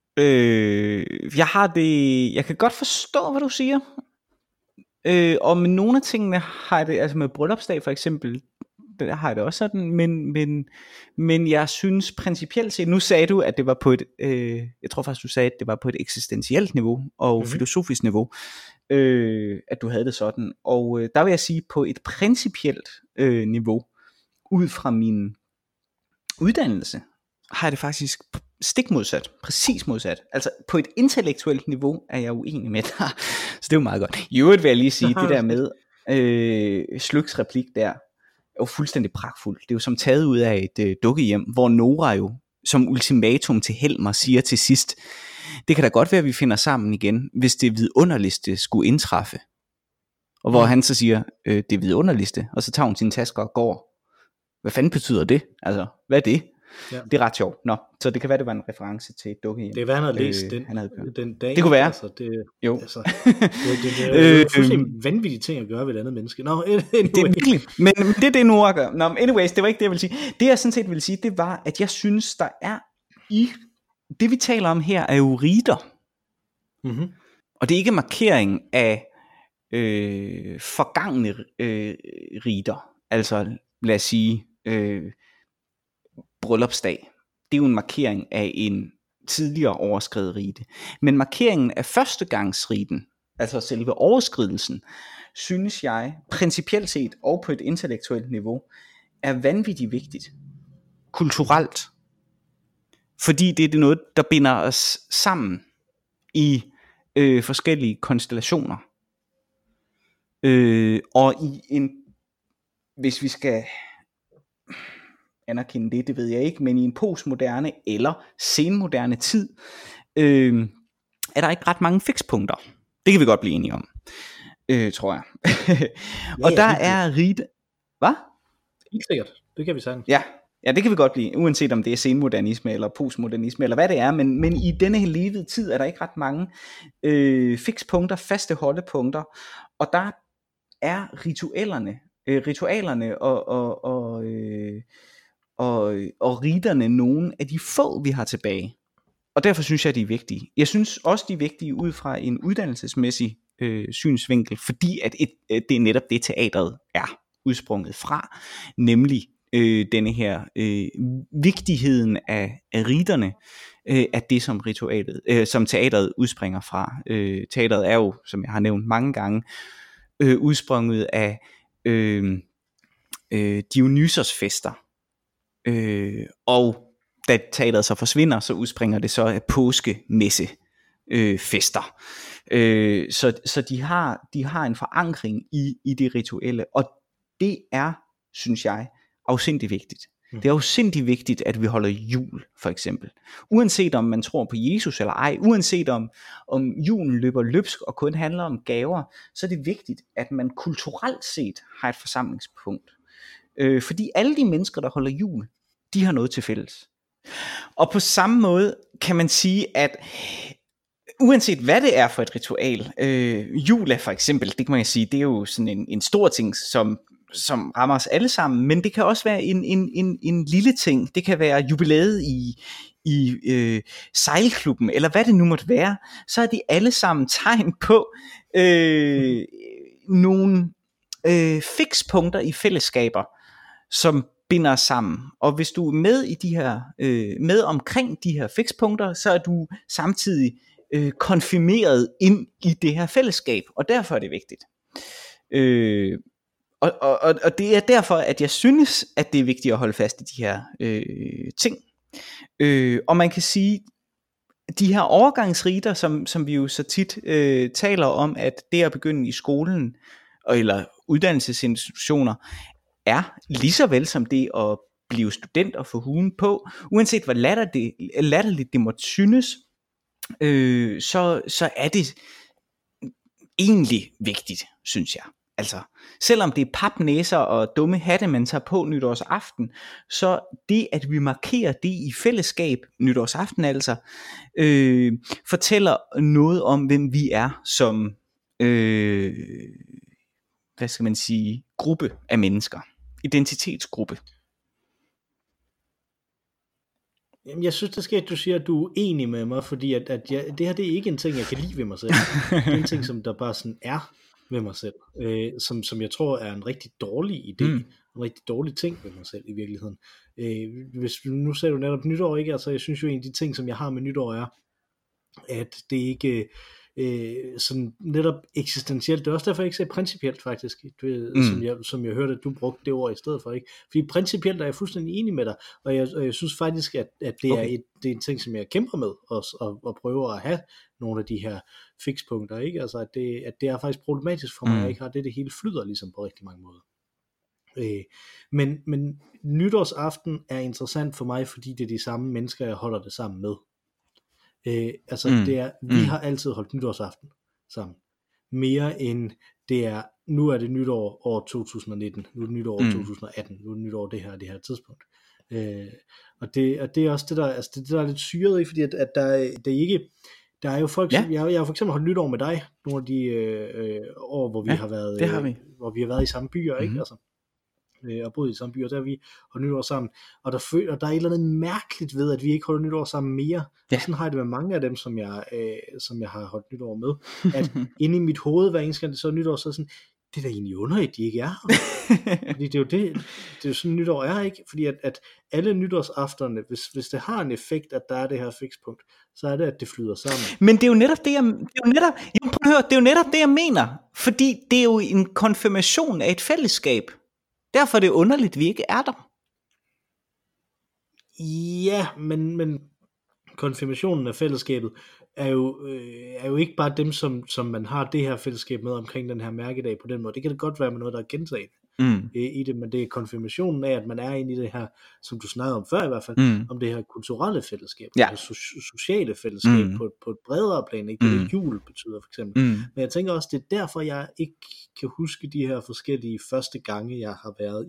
Jeg kan godt forstå, hvad du siger. Og med nogle af tingene har jeg det, altså med bryllupsdag for eksempel, der har jeg det også sådan, men jeg synes principielt set, nu sagde du, at det var på et, jeg tror faktisk du sagde, at det var på et eksistentielt niveau, og filosofisk niveau, at du havde det sådan, og der vil jeg sige, på et principielt niveau, ud fra min uddannelse, har jeg det faktisk stik modsat, præcis modsat. Altså på et intellektuelt niveau er jeg uenig med dig, så det er jo meget godt. I øvrigt vil jeg lige sige, det der med Sløks replik der, er jo fuldstændig pragtfuldt. Det er jo som taget ud af et dukkehjem, hvor Nora jo som ultimatum til Helmer siger til sidst, det kan da godt være, at vi finder sammen igen, hvis det vidunderligste skulle indtræffe. Og hvor han så siger, det vidunderligste, og så tager hun sine tasker og går. Hvad fanden betyder det? Altså, hvad er det? Ja. Det er ret sjovt. Nå, så det kan være, det var en reference til et dukkehjem. Det er, hvad han har læst den dag. Det kunne være. Altså, jo. Altså, det er fuldstændig vanvittige ting at gøre ved et andet menneske. Nå, anyway. Det er virkelig. Men det er det, Nora gør. Nå, anyways, det var ikke det, jeg ville sige. Det jeg sådan set ville sige, det var, at jeg synes, der er det vi taler om her, er jo riter. Og det er ikke markering af forgangne riter. Altså, lad os sige, bryllupsdag. Det er jo en markering af en tidligere overskredet rite. Men markeringen af førstegangsriten, altså selve overskridelsen, synes jeg principielt set og på et intellektuelt niveau er vanvittigt vigtigt. Kulturelt. Fordi det er noget, der binder os sammen i forskellige konstellationer. Og i en, hvis vi skal anerkende det ved jeg ikke, men i en postmoderne eller senmoderne tid, er der ikke ret mange fikspunkter. Det kan vi godt blive enige om, tror jeg. Og der er rigt... Hvad? Helt sikkert, det kan vi sige. Ja, det kan vi godt blive, uanset om det er senmodernisme eller postmodernisme, eller hvad det er, men i denne her levede tid er der ikke ret mange fikspunkter, faste holdepunkter, og der er ritualerne og riterne nogle af de få, vi har tilbage. Og derfor synes jeg, de er vigtige. Jeg synes også, de er vigtige ud fra en uddannelsesmæssig synsvinkel, fordi at det er netop det, teatret er udsprunget fra, nemlig denne her vigtigheden af riterne, af det som ritualet, som teatret udspringer fra. Teatret er jo, som jeg har nævnt mange gange, udsprunget af Dionysos fester, og da teatret så forsvinder, så udspringer det så af påskemesse fester. Så de har en forankring i det rituelle, og det er, synes jeg, afsindig vigtigt. Det er afsindig vigtigt, at vi holder jul, for eksempel. Uanset om man tror på Jesus eller ej, uanset om julen løber løbsk og kun handler om gaver, så er det vigtigt, at man kulturelt set har et forsamlingspunkt. Fordi alle de mennesker, der holder jul, de har noget til fælles. Og på samme måde kan man sige, at uanset hvad det er for et ritual, jul er for eksempel, det kan man sige, det er jo sådan en stor ting, som rammer os alle sammen, men det kan også være en lille ting. Det kan være jubilæet i sejlklubben, eller hvad det nu måtte være. Så er de alle sammen tegn på nogle fikspunkter i fællesskaber, som binder os sammen. Og hvis du er med i de her, med omkring de her fikspunkter, så er du samtidig konfirmeret ind i det her fællesskab, og derfor er det vigtigt. Og det er derfor, at jeg synes, at det er vigtigt at holde fast i de her ting. Og man kan sige, de her overgangsriter, som vi jo så tit taler om, at det at begynde i skolen, eller uddannelsesinstitutioner, er lige så vel som det at blive student og få huen på, uanset hvor latterligt det måtte synes, så er det egentlig vigtigt, synes jeg. Altså, selvom det er papnæser og dumme hatte, man tager på nytårsaften, så det, at vi markerer det i fællesskab, nytårsaften altså, fortæller noget om, hvem vi er som, hvad skal man sige, gruppe af mennesker. Identitetsgruppe. Jamen, jeg synes, det sker, at du siger, at du er enig med mig, fordi at det her, det er ikke en ting, jeg kan lide ved mig selv. Det er en ting, som der bare sådan er ved mig selv, som jeg tror er en rigtig dårlig idé, en rigtig dårlig ting ved mig selv i virkeligheden. Nu sagde du netop nytår, ikke? Altså, jeg synes jo, en af de ting, som jeg har med nytår er, at det ikke sådan netop eksistentielt. Det er også derfor, jeg ikke sagde principielt faktisk, som jeg hørte, at du brugte det ord i stedet for, ikke? Fordi principielt er jeg fuldstændig enig med dig, og jeg synes faktisk, at det er det er en ting, som jeg kæmper med og prøver at have nogle af de her fikspunkter, ikke? Altså, at det er faktisk problematisk for mig, at jeg ikke har det hele flyder ligesom på rigtig mange måder. Men nytårsaften er interessant for mig, fordi det er de samme mennesker, jeg holder det sammen med. Det er, vi har altid holdt nytårsaften sammen. Mere end det er, nu er det nytår år 2019, nu er det nytår år 2018, nu er det nytår det her tidspunkt. Og det er også det der, altså det der er lidt syret i, fordi at der ikke, der er jo folk, jeg har for eksempel holdt nytår med dig, nogle af de år, hvor vi har været, hvor vi har været i samme byer, ikke? Altså, og boet i samme by, og der har vi holdt nytår sammen, og der er et eller andet mærkeligt ved, at vi ikke holder nytår sammen mere. Og sådan har jeg det med mange af dem, som jeg har holdt nytår med, at inde i mit hoved, hver eneste gang det så er nytår, så er sådan, det er da egentlig underligt, de ikke er her. Fordi det er jo sådan nytår er, ikke? Fordi at alle nytårsafterne, hvis det har en effekt, at der er det her fikspunkt, så er det, at det flyder sammen. Men det er jo netop det, jeg mener, fordi det er jo en konfirmation af et fællesskab. Derfor er det underligt, vi ikke er der. Ja, men konfirmationen af fællesskabet er jo ikke bare dem, som man har det her fællesskab med omkring den her mærkedag på den måde. Det kan det godt være med noget, der er gentaget. i det, men det er konfirmationen af, at man er inde i det her, som du snakkede om før i hvert fald, om det her kulturelle fællesskab, det her sociale fællesskab på et bredere plan, ikke? Det er det jul betyder for eksempel. Men jeg tænker også, det er derfor, jeg ikke kan huske de her forskellige første gange, jeg har været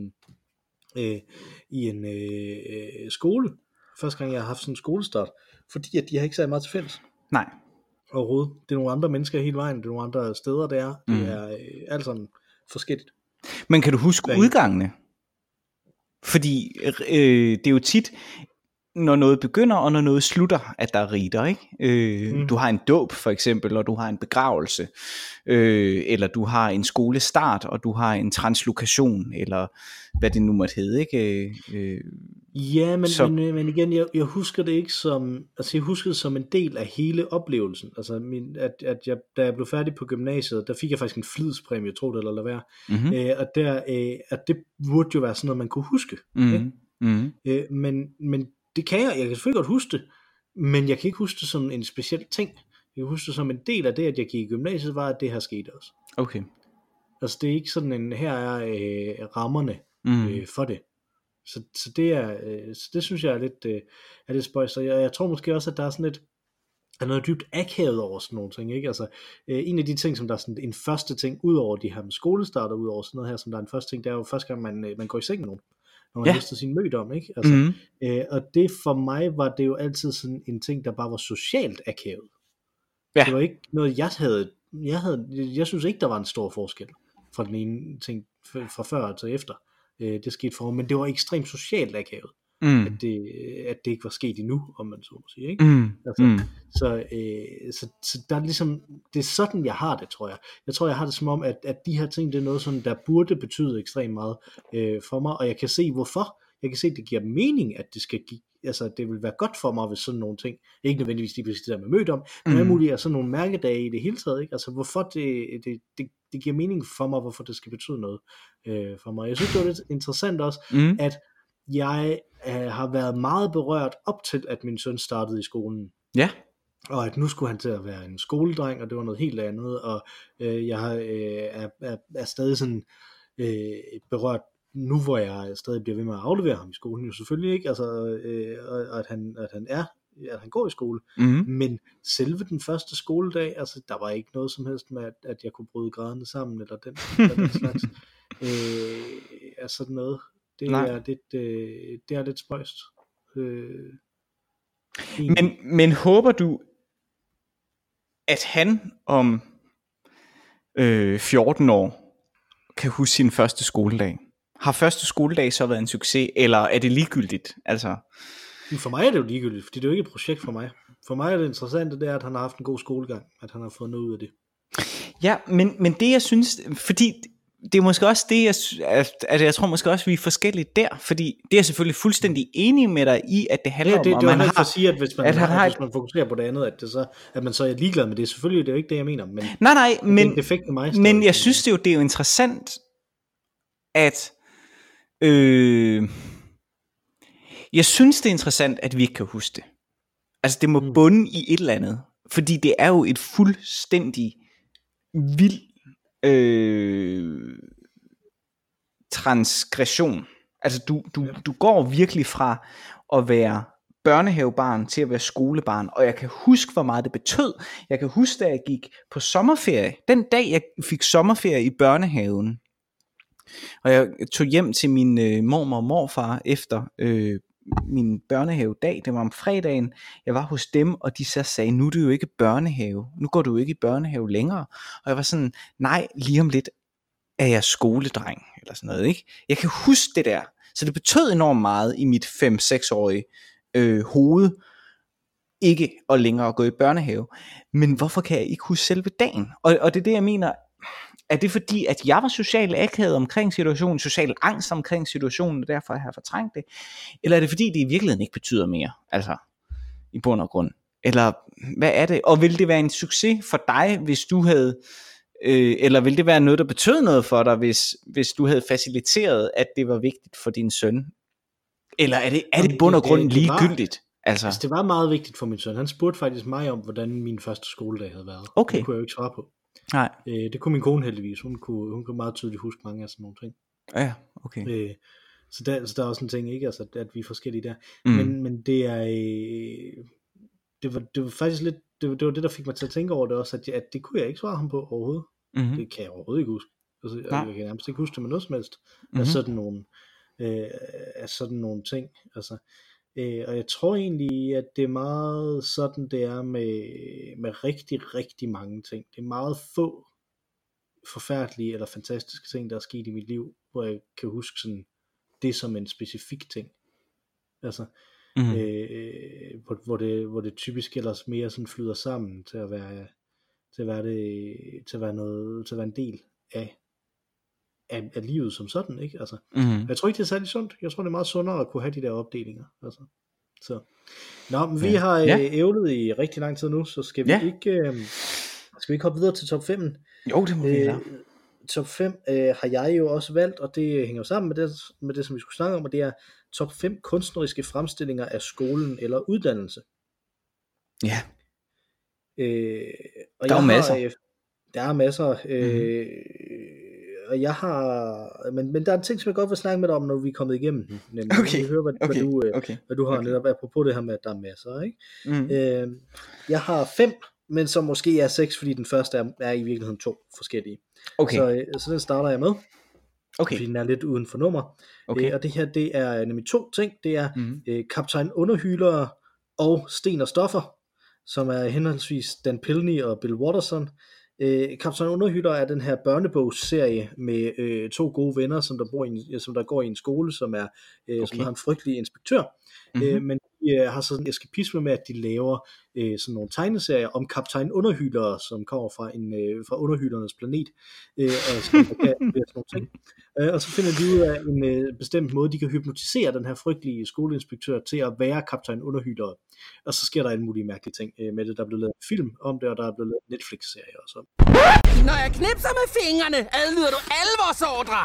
i en skole. Første gang, jeg har haft sådan en skolestart, fordi at de har ikke så meget til fælles. Nej. Overhovedet. Det er nogle andre mennesker hele vejen, det er nogle andre steder, det er. Det er alt sådan forskelligt. Men kan du huske udgangene? Fordi det er jo tit, når noget begynder, og når noget slutter, at der er riter, ikke? Du har en dåb for eksempel, og du har en begravelse, eller du har en skolestart, og du har en translokation, eller hvad det nu måtte hedde, ikke? Ja, men igen, jeg husker det ikke som, altså jeg husker det som en del af hele oplevelsen, altså at jeg, da jeg blev færdig på gymnasiet, der fik jeg faktisk en flidspræmie, tror det eller lad være, og at det burde jo være sådan noget, man kunne huske, men det kan jeg kan selvfølgelig godt huske det, men jeg kan ikke huske det som en speciel ting. Jeg kan huske det som en del af det, at jeg gik i gymnasiet, var, at det her skete også. Okay. Altså det er ikke sådan en, her er rammerne for det. Så det synes jeg er lidt spøjst. Og jeg tror måske også, at der er sådan noget dybt akavet over sådan nogle ting, ikke? Altså en af de ting, som der er sådan en første ting, ud over de her med skolestarter, ud over sådan noget her, som der er en første ting, det er jo første gang, man går i seng med nogen, når man mister sin mødom, ikke? Altså, og det for mig var det jo altid sådan en ting, der bare var socialt akavet. Ja. Det var ikke noget, jeg synes ikke, der var en stor forskel fra den ene ting, fra før til efter. Det skete for mig, men det var ekstremt socialt akavet, at det ikke var sket endnu, om man så må sige, ikke? Så der er ligesom, det er sådan jeg har det, tror jeg. Jeg tror jeg har det som om, at de her ting, det er noget sådan, der burde betyde ekstremt meget for mig, og jeg kan se hvorfor. Jeg kan se, at det giver mening, at det skal give, altså det vil være godt for mig, hvis sådan nogle ting, ikke nødvendigvis lige det der med mødom, men alt muligt er sådan nogle mærkedage i det hele taget, ikke? Altså hvorfor det giver mening for mig, hvorfor det skal betyde noget for mig. Jeg synes, det var lidt interessant også, at jeg har været meget berørt op til, at min søn startede i skolen. Ja. Og at nu skulle han til at være en skoledreng, og det var noget helt andet, og jeg er stadig sådan berørt nu, hvor jeg stadig bliver ved med at aflevere ham i skolen, jo selvfølgelig ikke, altså, og at han går i skole, men selve den første skoledag, altså der var ikke noget som helst med, at jeg kunne bryde grædende sammen, eller den slags, er sådan noget, det er lidt spøjst. Men håber du, at han om 14 år kan huske sin første skoledag? Har første skoledag så været en succes, eller er det ligegyldigt? Altså... For mig er det jo ligegyldigt, fordi det er jo ikke et projekt for mig. For mig er det interessante, det er, at han har haft en god skolegang, at han har fået noget ud af det. Ja, men det jeg synes, fordi det er måske også det, jeg tror måske også, vi er forskellige der, fordi det er jeg selvfølgelig fuldstændig enig med dig i, at det handler om, det man har... at sige, at hvis man fokuserer på det andet, at man så er ligeglad med det. Selvfølgelig det er jo ikke det, jeg mener, men nej, men jeg synes det er jo interessant, at jeg synes det er interessant, at vi ikke kan huske det. Altså det må bunde i et eller andet, fordi det er jo et fuldstændig vild transgression. Altså du går virkelig fra at være børnehavebarn til at være skolebarn, og jeg kan huske, hvor meget det betød. Jeg kan huske, da jeg gik på sommerferie, den dag jeg fik sommerferie i børnehaven, og jeg tog hjem til min mormor og morfar efter min børnehavedag, det var om fredagen, jeg var hos dem, og de så sagde, nu er du jo ikke børnehave, nu går du jo ikke i børnehave længere, og jeg var sådan, nej, lige om lidt er jeg skoledreng, eller sådan noget, ikke? Jeg kan huske det der, så det betød enormt meget i mit 5-6-årige hoved, ikke at længere gå i børnehave, men hvorfor kan jeg ikke huske selve dagen? Og det er det, jeg mener. Er det fordi, at jeg var socialt akavet omkring situationen, social angst omkring situationen, og derfor har jeg fortrængt det? Eller er det fordi, det i virkeligheden ikke betyder mere, altså i bund og grund? Eller hvad er det? Og vil det være en succes for dig, hvis du havde, eller vil det være noget, der betød noget for dig, hvis du havde faciliteret, at det var vigtigt for din søn? Eller er det i bund og grund ligegyldigt? Altså det var meget vigtigt for min søn. Han spurgte faktisk mig om, hvordan min første skoledag havde været. Okay. Det kunne jeg jo ikke svare på. Nej. Det kunne min kone heldigvis. Hun kunne meget tydeligt huske mange af sådan nogle ting. Ja, okay. Så der er også en ting, ikke? Altså, at vi er forskellige der. Mm. Men det er... det var faktisk lidt... Det var det, der fik mig til at tænke over det også, at det kunne jeg ikke svare ham på overhovedet. Mm-hmm. Det kan jeg overhovedet ikke huske. Altså, jeg kan nærmest ikke huske det med noget som helst. Mm-hmm. Af sådan nogle ting. Altså, og jeg tror egentlig, at det er meget sådan, det er med rigtig, rigtig mange ting. Det er meget få forfærdelige eller fantastiske ting, der er sket i mit liv, hvor jeg kan huske sådan, det som en specifik ting. Altså, hvor det typisk ellers mere sådan flyder sammen til at være en del af livet som sådan, ikke? Altså, jeg tror ikke det er særlig sundt. Jeg tror det er meget sundere at kunne have de der opdelinger. Altså, så. Nå, men vi har ævlet i rigtig lang tid nu, så skal vi ikke hoppe videre til top 5? Jo, det må vi da. Top 5 har jeg jo også valgt, og det hænger sammen med det, som vi skulle snakke om, og det er top 5 kunstneriske fremstillinger af skolen eller uddannelse. Ja. Og der er masser. Der er masser. Og jeg har... Men der er en ting, som jeg godt vil snakke med dig om, når vi er kommet igennem den. Nemlig, okay. Vi hører, hvad du har netop apropos det her med, at der er masser. Ikke? Jeg har 5, men som måske er 6, fordi den første er i virkeligheden 2 forskellige. Okay. Så den starter jeg med. Okay. Fordi den er lidt uden for nummer. Okay. Og det her, det er nemlig 2 ting. Det er Kaptajn Underhylere og Sten og Stoffer, som er henholdsvis Dan Pilney og Bill Watterson. Kaptajn Underhylder er den her børnebogsserie med 2 gode venner, som der går i en skole, som har en frygtelig inspektør. Men de har sådan en eskapisme med, at de laver sådan nogle tegneserier om Kaptajn Underhyldere, som kommer fra Underhyldernes planet, og som kan sådan nogle ting. Og så finder de ud af en bestemt måde, de kan hypnotisere den her frygtelige skoleinspektør til at være Kaptajn Underhyldere. Og så sker der en mulig mærkelig ting med det. Der er blevet lavet en film om det, og der er blevet lavet en Netflix-serie også. Når jeg knipser med fingrene, adlyder du alle vores ordre.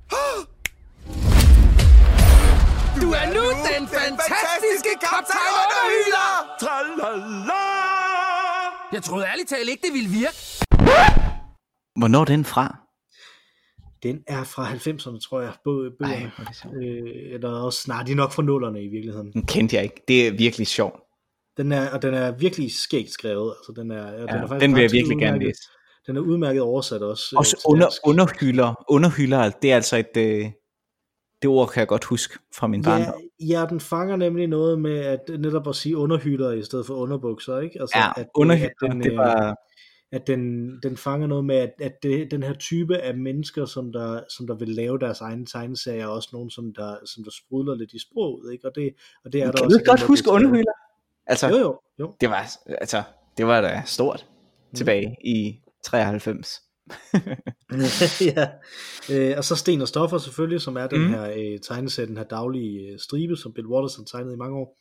Du er nu den fantastiske Kaptajn Underhylder! Tralala! Jeg troede ærligt talt ikke, det ville virke. Hvornår er den fra? Den er fra 90'erne, tror jeg, bøgerne. Eller også snart, de er nok fra 0'erne i virkeligheden. Den kendte jeg ikke. Det er virkelig sjovt. Den er virkelig skægt skrevet. Altså, den er den vil jeg virkelig gerne læse. Den er udmærket oversat også. Også underhylder, det er altså det ord kan jeg godt huske fra min barndom. Ja, den fanger nemlig noget med at netop at sige underhylder i stedet for underbukser, ikke? Altså, underhylder, det var... At den fanger noget med, at den her type af mennesker, som der vil lave deres egne tegneserier, er også nogen, som der sprudler lidt i sproget, ikke? Og det er der kan også... Kan du godt huske underhylder? Altså, jo. Det var da stort tilbage i 93. Ja. Og så Sten og Stoffer selvfølgelig, som er den her tegneserie, den her daglige stribe, som Bill Watterson tegnede i mange år,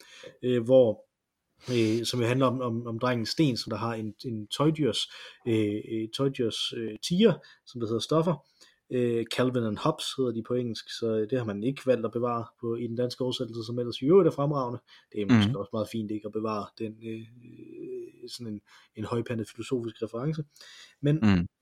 som jo handler om drengen Sten, som der har en tøjdyrs tiger, som der hedder Stoffer. Calvin and Hobbes hedder de på engelsk, så det har man ikke valgt at bevare i den danske oversættelse, som ellers i øvrigt er fremragende. Det er måske også meget fint ikke at bevare den sådan en højpandet filosofisk reference. Men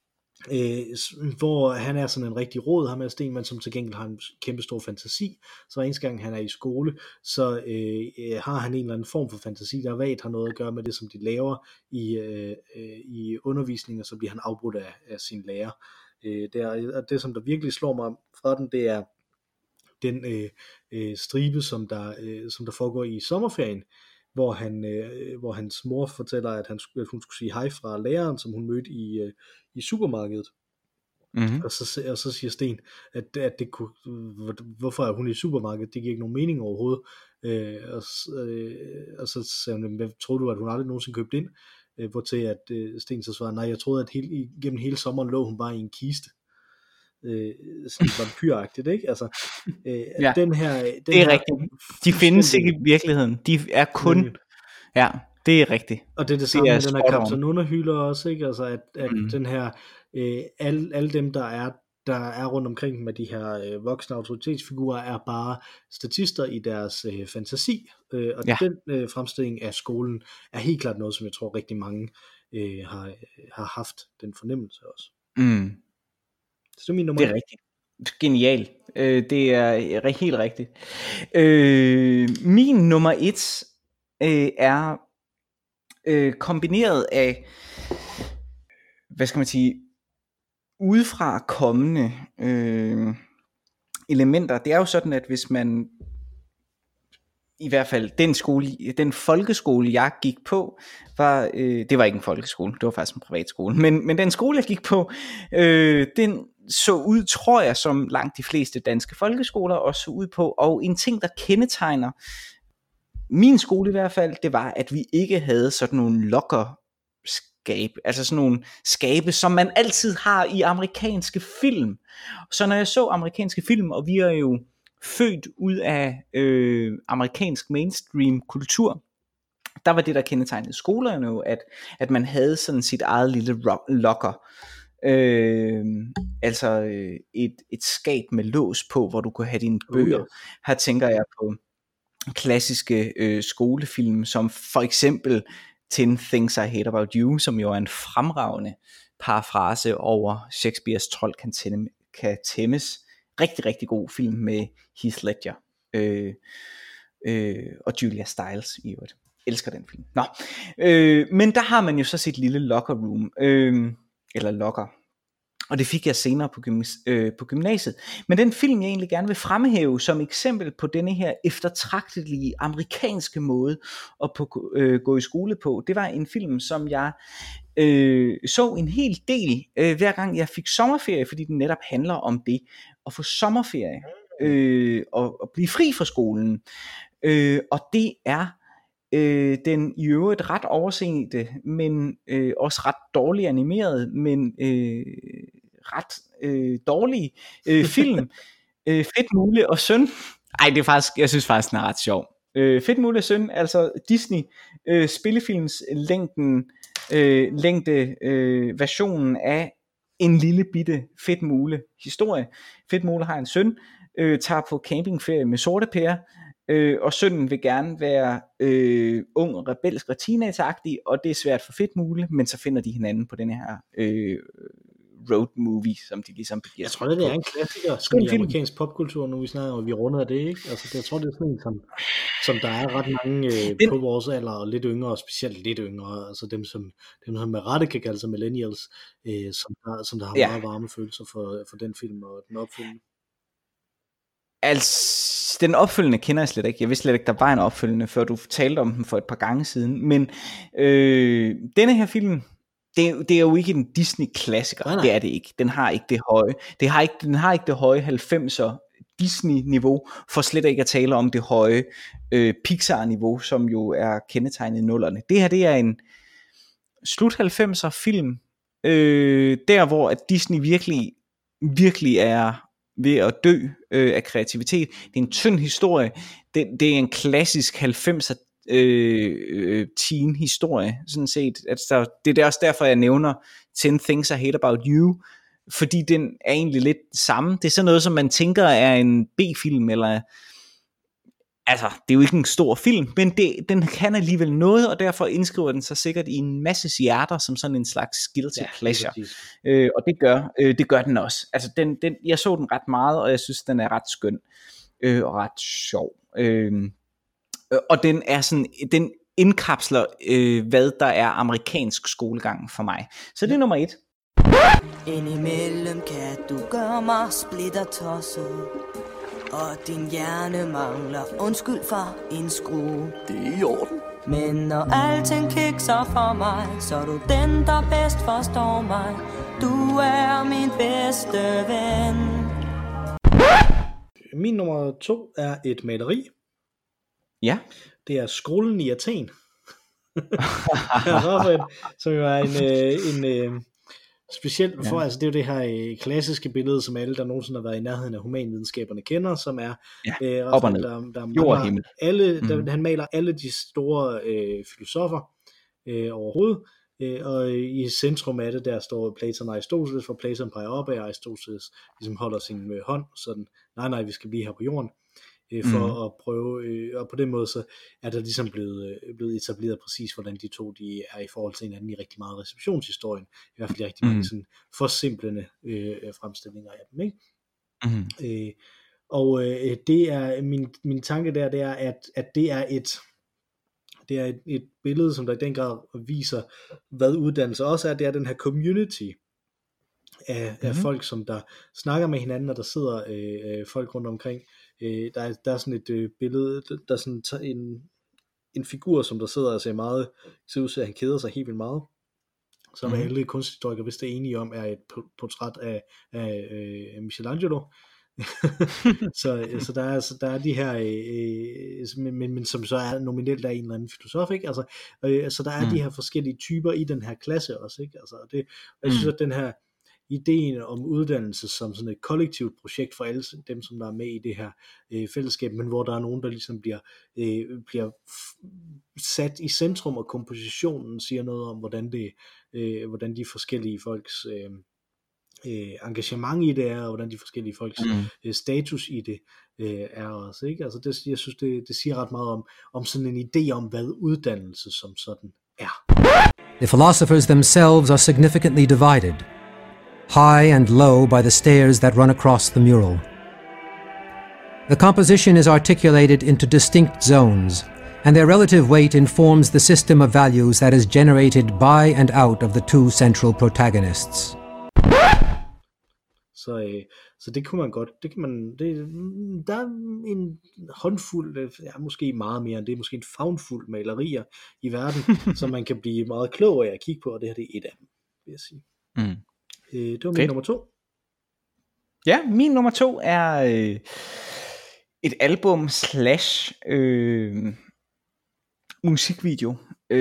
hvor han er sådan en rigtig rod, ham er Sten, men som til gengæld har en kæmpe stor fantasi, så eneste gang han er i skole, så har han en eller anden form for fantasi, der vagt har noget at gøre med det, som de laver i undervisningen, og så bliver han afbrudt af sin lærer. Det som der virkelig slår mig fra den, det er den stribe, som der foregår i sommerferien, hvor hans mor fortæller, at hun skulle sige hej fra læreren, som hun mødte i supermarkedet. Og så siger Sten, at det kunne, hvorfor er hun i supermarkedet? Det giver ikke nogen mening overhovedet. Og så siger hun, hvad tror du, at hun aldrig nogensinde købte ind? Hvortil at Sten så svarer, nej, jeg troede, at gennem hele sommeren lå hun bare i en kiste. Sådan vampyragtigt, ikke? Altså, den her... det er rigtigt. De findes ikke i virkeligheden. De er kun... Ja, det er rigtigt. Og det er det samme med den her Kaptajn Underhylder også, ikke? Altså, at den her... alle dem, der er rundt omkring med de her voksne autoritetsfigurer, er bare statister i deres fantasi. Og den fremstilling af skolen er helt klart noget, som jeg tror rigtig mange har haft den fornemmelse også. Så det er min nummer. Det er rigtigt. Genial. Det er helt rigtigt. Min nummer 1 er kombineret af, hvad skal man sige, udefra kommende elementer. Det er jo sådan, at hvis man, i hvert fald den folkeskole jeg gik på, det var ikke en folkeskole, det var faktisk en privatskole, men den skole jeg gik på, den så ud, tror jeg, som langt de fleste danske folkeskoler også så ud på, og en ting der kendetegner min skole i hvert fald, det var, at vi ikke havde sådan nogle lokkerskabe, altså sådan nogle skabe, som man altid har i amerikanske film. Så når jeg så amerikanske film, og vi er jo født ud af amerikansk mainstream kultur, der var det, der kendetegnede skolerne jo, at man havde sådan sit eget lille locker. Altså et skab med lås på, hvor du kunne have dine bøger. Her tænker jeg på klassiske skolefilm, som for eksempel 10 Things I Hate About You, som jo er en fremragende parafrase over Shakespeares Trold kan tæmmes. Rigtig, rigtig god film med Heath Ledger og Julia Stiles i øvrigt. Elsker den film. Nå, men der har man jo så sit lille locker room, eller locker. Og det fik jeg senere på gymnasiet. Men den film, jeg egentlig gerne vil fremhæve som eksempel på denne her eftertragtelige amerikanske måde at gå i skole på, det var en film, som jeg så en hel del, hver gang jeg fik sommerferie, fordi den netop handler om det, at få sommerferie og blive fri fra skolen. Og det er den i øvrigt ret overseende, men også ret dårligt animeret, men ret dårlige film. Fedt Mule og Søn. Ej, det er faktisk, jeg synes faktisk, den er ret sjov. Fedt Mule og Søn, altså Disney spillefilms længde versionen af en lille bitte Fedt Mule historie. Fedt Mule har en søn, tager på campingferie med Sorte Per, og sønnen vil gerne være ung og rebelsk og teenageagtig, og det er svært for Fedt Mule, men så finder de hinanden på den her road movie, som de ligesom begiver. Jeg tror, det er en klassiker sådan i amerikansk popkultur, nu vi snakker, og vi runder af det, ikke? Altså, jeg tror, det er sådan en, som der er ret mange på vores alder, og lidt yngre, og specielt lidt yngre, altså dem som med rette kan kalde sig millennials, som der har meget varme følelser for den film og den opfølgende. Altså, den opfølgende kender jeg slet ikke. Jeg vidste slet ikke, der var en opfølgende, før du talte om den for et par gange siden. Men denne her film, det er jo ikke en Disney-klassiker. Nej. Det er det ikke. Den har ikke det høje. Den har ikke det høje 90'er Disney-niveau, for slet ikke at tale om det høje Pixar-niveau, som jo er kendetegnet i nullerne. Det her, det er en slut 90'er film, der hvor at Disney virkelig er ved at dø af kreativitet. Det er en tynd historie. Det er en klassisk 90'er teen historie, sådan set. Altså, det er også derfor, jeg nævner 10 Things I Hate About You, fordi den er egentlig lidt samme. Det er sådan noget, som man tænker er en B-film, eller altså, det er jo ikke en stor film, men den kan alligevel noget, og derfor indskriver den sig sikkert i en masse hjerter, som sådan en slags guilty pleasure. Og det gør den også. Altså, jeg så den ret meget, og jeg synes, den er ret skøn, og ret sjov. Og den er sådan, den indkapsler, hvad der er amerikansk skolegang for mig. Så det er nummer 1. Indimellem kan du gøre mig splittertosset, og din hjerne mangler undskyld for en skrue. Det er i orden. Men når alting kikser for mig, så er du den, der bedst forstår mig. Du er min bedste ven. Min nummer 2 er et maleri. Ja. Det er Skolen i Athen. Som jo er en specielt for, altså det er jo det her klassiske billede, som alle, der nogensinde har været i nærheden af humanvidenskaberne kender, som er op og ned. Jord og himmel. Han maler alle de store filosofer overhovedet, og i centrum af det, der står Platon og Aristoteles, for Platon peger op af, Aristoteles ligesom holder sin hånd, sådan, nej, vi skal blive her på jorden, for at prøve, og på den måde så er der ligesom blevet etableret præcis, hvordan de to de er i forhold til hinanden i rigtig meget receptionshistorien, i hvert fald i rigtig mange sådan forsimplende fremstillinger af dem, ikke? Og det er min tanke der, det er, at det er et billede, som der i den grad viser, hvad uddannelse også er. Det er den her community af folk, som der snakker med hinanden, og der sidder folk rundt omkring. Der er sådan et billede, der er sådan en figur, som der sidder og ser ud til, at han keder sig helt vildt meget, som alle kunsthistorikere, hvis det er enige om, er et portræt af Michelangelo. så der er de her, men som så er nominelt af en eller anden filosof, ikke? Altså, så der er de her forskellige typer i den her klasse også, ikke? Altså, jeg synes, at den her ideen om uddannelse som sådan et kollektivt projekt for alle dem, som der er med i det her fællesskab, men hvor der er nogen, der ligesom bliver sat i centrum, og kompositionen siger noget om, hvordan de forskellige folks engagement i det er, og hvordan de forskellige folks status i det er også, ikke? Altså jeg synes, det siger ret meget om sådan en idé om, hvad uddannelse som sådan er. The philosophers themselves are significantly divided, high and low by the stairs that run across the mural. The composition is articulated into distinct zones, and their relative weight informs the system of values that is generated by and out of the two central protagonists. Så det kunne man godt, der er en håndfuld, måske meget mere end det, måske en favnfuld malerier i verden, som man kan blive meget klog af at kigge på, og det her det er et af dem, vil jeg sige. Det var min nummer 2. Ja, min nummer 2 er et album / musikvideo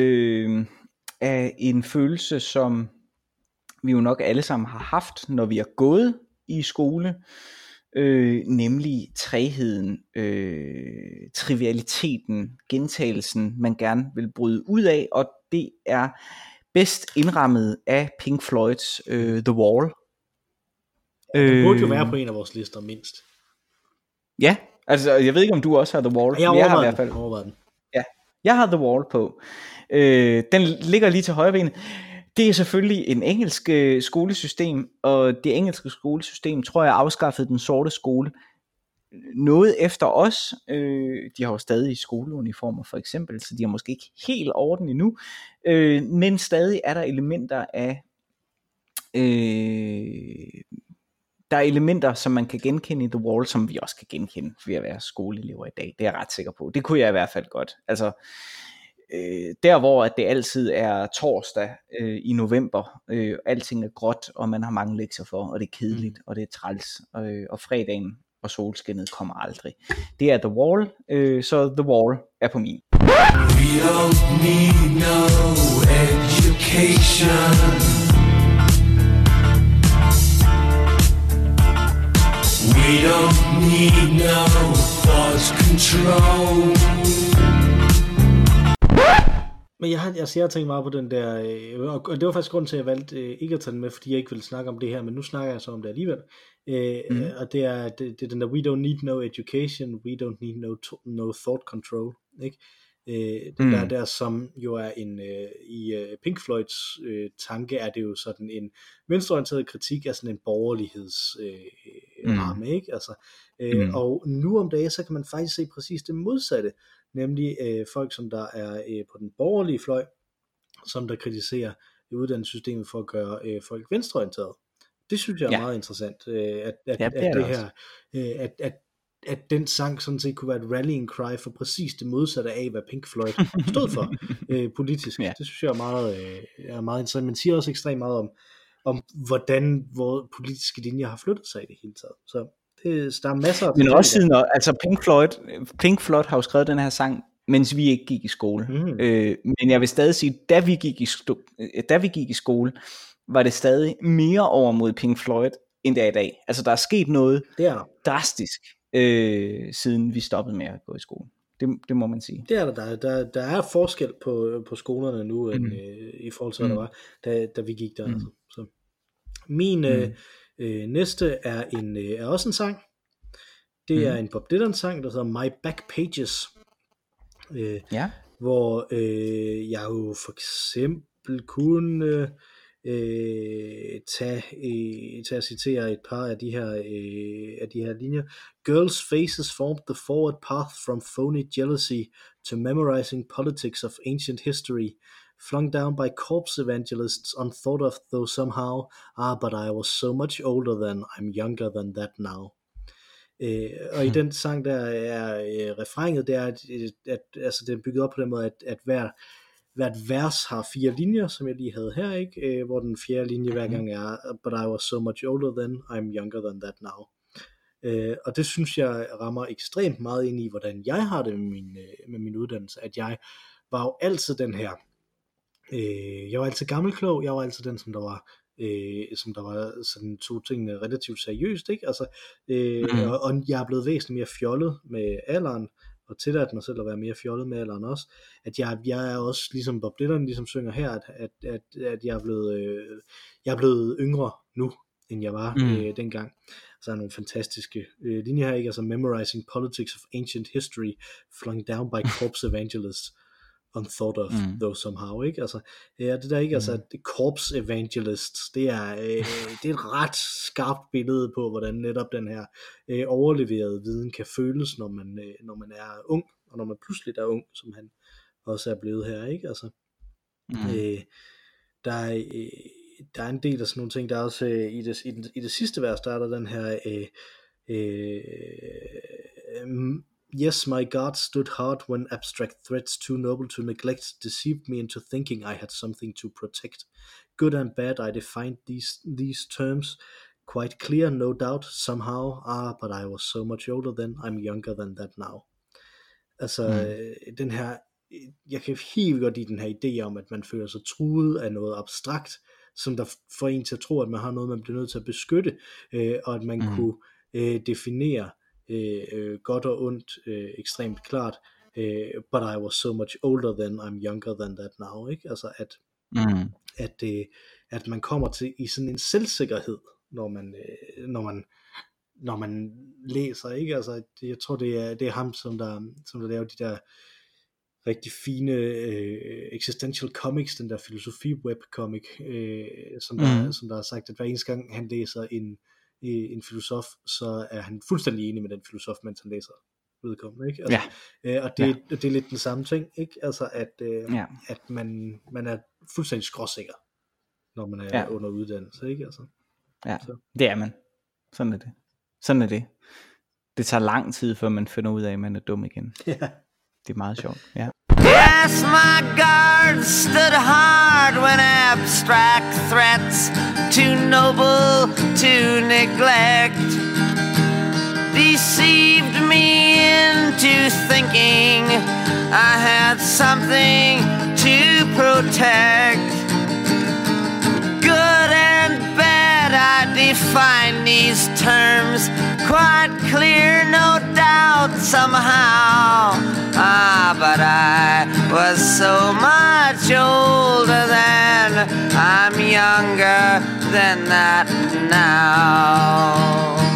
af en følelse, som vi jo nok alle sammen har haft, når vi er gået i skole, nemlig træheden, trivialiteten, gentagelsen, man gerne vil bryde ud af, og det er bedst indrammet af Pink Floyds The Wall. Det burde jo være på en af vores lister mindst. Ja, altså jeg ved ikke om du også har The Wall. Jeg har i hvert fald den. Ja, jeg har The Wall på. Den ligger lige til højrebenet. Det er selvfølgelig en engelsk skolesystem, og det engelske skolesystem tror jeg afskaffede den sorte skole noget efter os. De har jo stadig skoleuniformer for eksempel, så de har måske ikke helt orden endnu, men stadig er der elementer af der er elementer, som man kan genkende i The Wall, som vi også kan genkende ved at være skoleelever i dag. Det er jeg ret sikker på. Det kunne jeg i hvert fald godt. Altså der hvor at det altid er torsdag i november, alting er gråt, og man har mange lektier for, og det er kedeligt, og det er træls, og fredagen og solskinnet kommer aldrig. Det er The Wall, så The Wall er på min. We don't need no education. We don't need no thought control. Men jeg har tænkt meget på den der, og det var faktisk grunden til, at jeg valgte ikke at tage den med, fordi jeg ikke ville snakke om det her, men nu snakker jeg så om det alligevel. Og det er den der, we don't need no education, we don't need no thought control, ikke? Den der, som jo er i Pink Floyds tanke, er det jo sådan en venstreorienteret kritik af sådan en borgerlighedsramme, ikke? Altså, og nu om dagen, så kan man faktisk se præcis det modsatte, nemlig folk, som der er på den borgerlige fløj, som der kritiserer uddannelsessystemet for at gøre folk venstreorienterede. Det synes jeg er meget interessant, at den sang sådan set kunne være et rallying cry for præcis det modsatte af, hvad Pink Floyd stod for politisk. Ja. Det synes jeg er meget interessant, men siger også ekstremt meget om hvordan vores politiske linjer har flyttet sig i det hele taget. Så der er masser af... Men også siden, altså Pink Floyd har jo skrevet den her sang, mens vi ikke gik i skole. Men jeg vil stadig sige, da vi gik i skole, var det stadig mere over mod Pink Floyd, end det er i dag. Altså der er sket noget drastisk, siden vi stoppede med at gå i skole. Det må man sige. Det er der er forskel på skolerne nu, i forhold til, hvad der var, da vi gik der. Altså. Så. Min næste er også en sang. Det er en Bob Dylan sang, der hedder My Back Pages. Hvor jeg jo for eksempel kunne tage at citere et par af de her linjer. Girls' faces formed the forward path from phony jealousy to memorizing politics of ancient history, flung down by corpse evangelists, unthought of though somehow. But I was so much older then, I'm younger than that now. Og i den sang der er refrænet, det er at altså det er bygget op på den måde, at hvert vers har 4 linjer, som jeg lige havde her, ikke? Hvor den fjerde linje hver gang er but I was so much older then, I'm younger than that now. Og det synes jeg rammer ekstremt meget ind i, hvordan jeg har det med min uddannelse, at jeg var jo altid den her, jeg var altid gammelklog, jeg var altid den, som der var sådan tog tingene relativt seriøst, ikke? Altså, og jeg er blevet væsentligt mere fjollet med alderen, og tilladt mig selv at være mere fjollet med alderen også, at jeg er også, ligesom Bob Dylan ligesom synger her, at jeg er blevet yngre nu, end jeg var dengang. Så er nogle fantastiske linjer her, ikke? Altså, memorizing politics of ancient history, flung down by corpse evangelists, unthought of though somehow, ikke? Altså, det der ikke, altså, corpse evangelists, det er et ret skarpt billede på, hvordan netop den her overleverede viden kan føles, når man er ung, og når man pludselig er ung, som han også er blevet her, ikke? Altså, der er en del af sådan nogle ting, der er også i det sidste vers, der er der den her yes, my God stood hard when abstract threats too noble to neglect deceived me into thinking I had something to protect. Good and bad, I defined these terms quite clear, no doubt, somehow. But I was so much older then, I'm younger than that now. Altså, den her, jeg kan helt godt lide den her idé om, at man føler sig truet af noget abstrakt, som der får en til at tro, at man har noget, man bliver nødt til at beskytte, og at man kunne definere godt og ondt ekstremt klart, but I was so much older then, I'm younger than that now, ikke? Altså at man kommer til i sådan en selvsikkerhed, når man læser, ikke? Altså jeg tror det er ham, som der laver de der rigtig fine existential comics, den der filosofi webcomic, som der har sagt, at hver eneste gang han læser en filosof, så er han fuldstændig enig med den filosof, mens han læser vedkommende, ikke? Altså, og det er lidt den samme ting, ikke? Altså at man er fuldstændig skråsikker, når man er under uddannelse, ikke? Altså, så. Det er man. Sådan er det. Det tager lang tid, før man finder ud af, at man er dum igen. Det er meget sjovt. Yes, my guard stood hard when abstract threats, too noble to neglect, deceived me into thinking I had something to protect. Good and bad, I define these terms quite clear, no doubt, somehow. But I was so much older then, I'm younger than that now.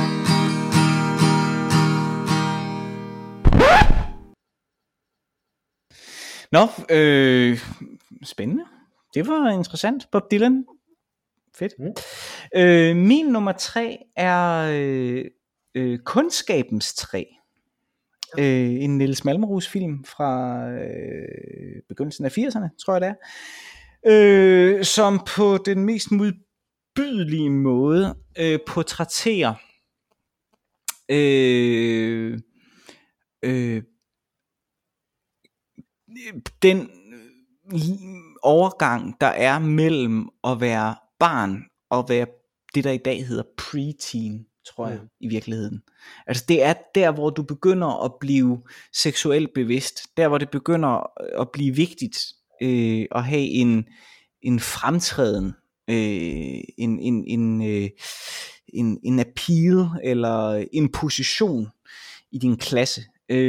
Nå, spændende. Det var interessant. Bob Dylan. Fedt. Min nummer 3 er Kundskabens træ. En Niels Malmros film fra begyndelsen af 80'erne, tror jeg det er, som på den mest modbydelige måde portrætterer den overgang, der er mellem at være barn og være det, der i dag hedder preteen, tror jeg, i virkeligheden. Altså det er der, hvor du begynder at blive seksuelt bevidst, der hvor det begynder at blive vigtigt at have en fremtræden, en appeal eller en position i din klasse.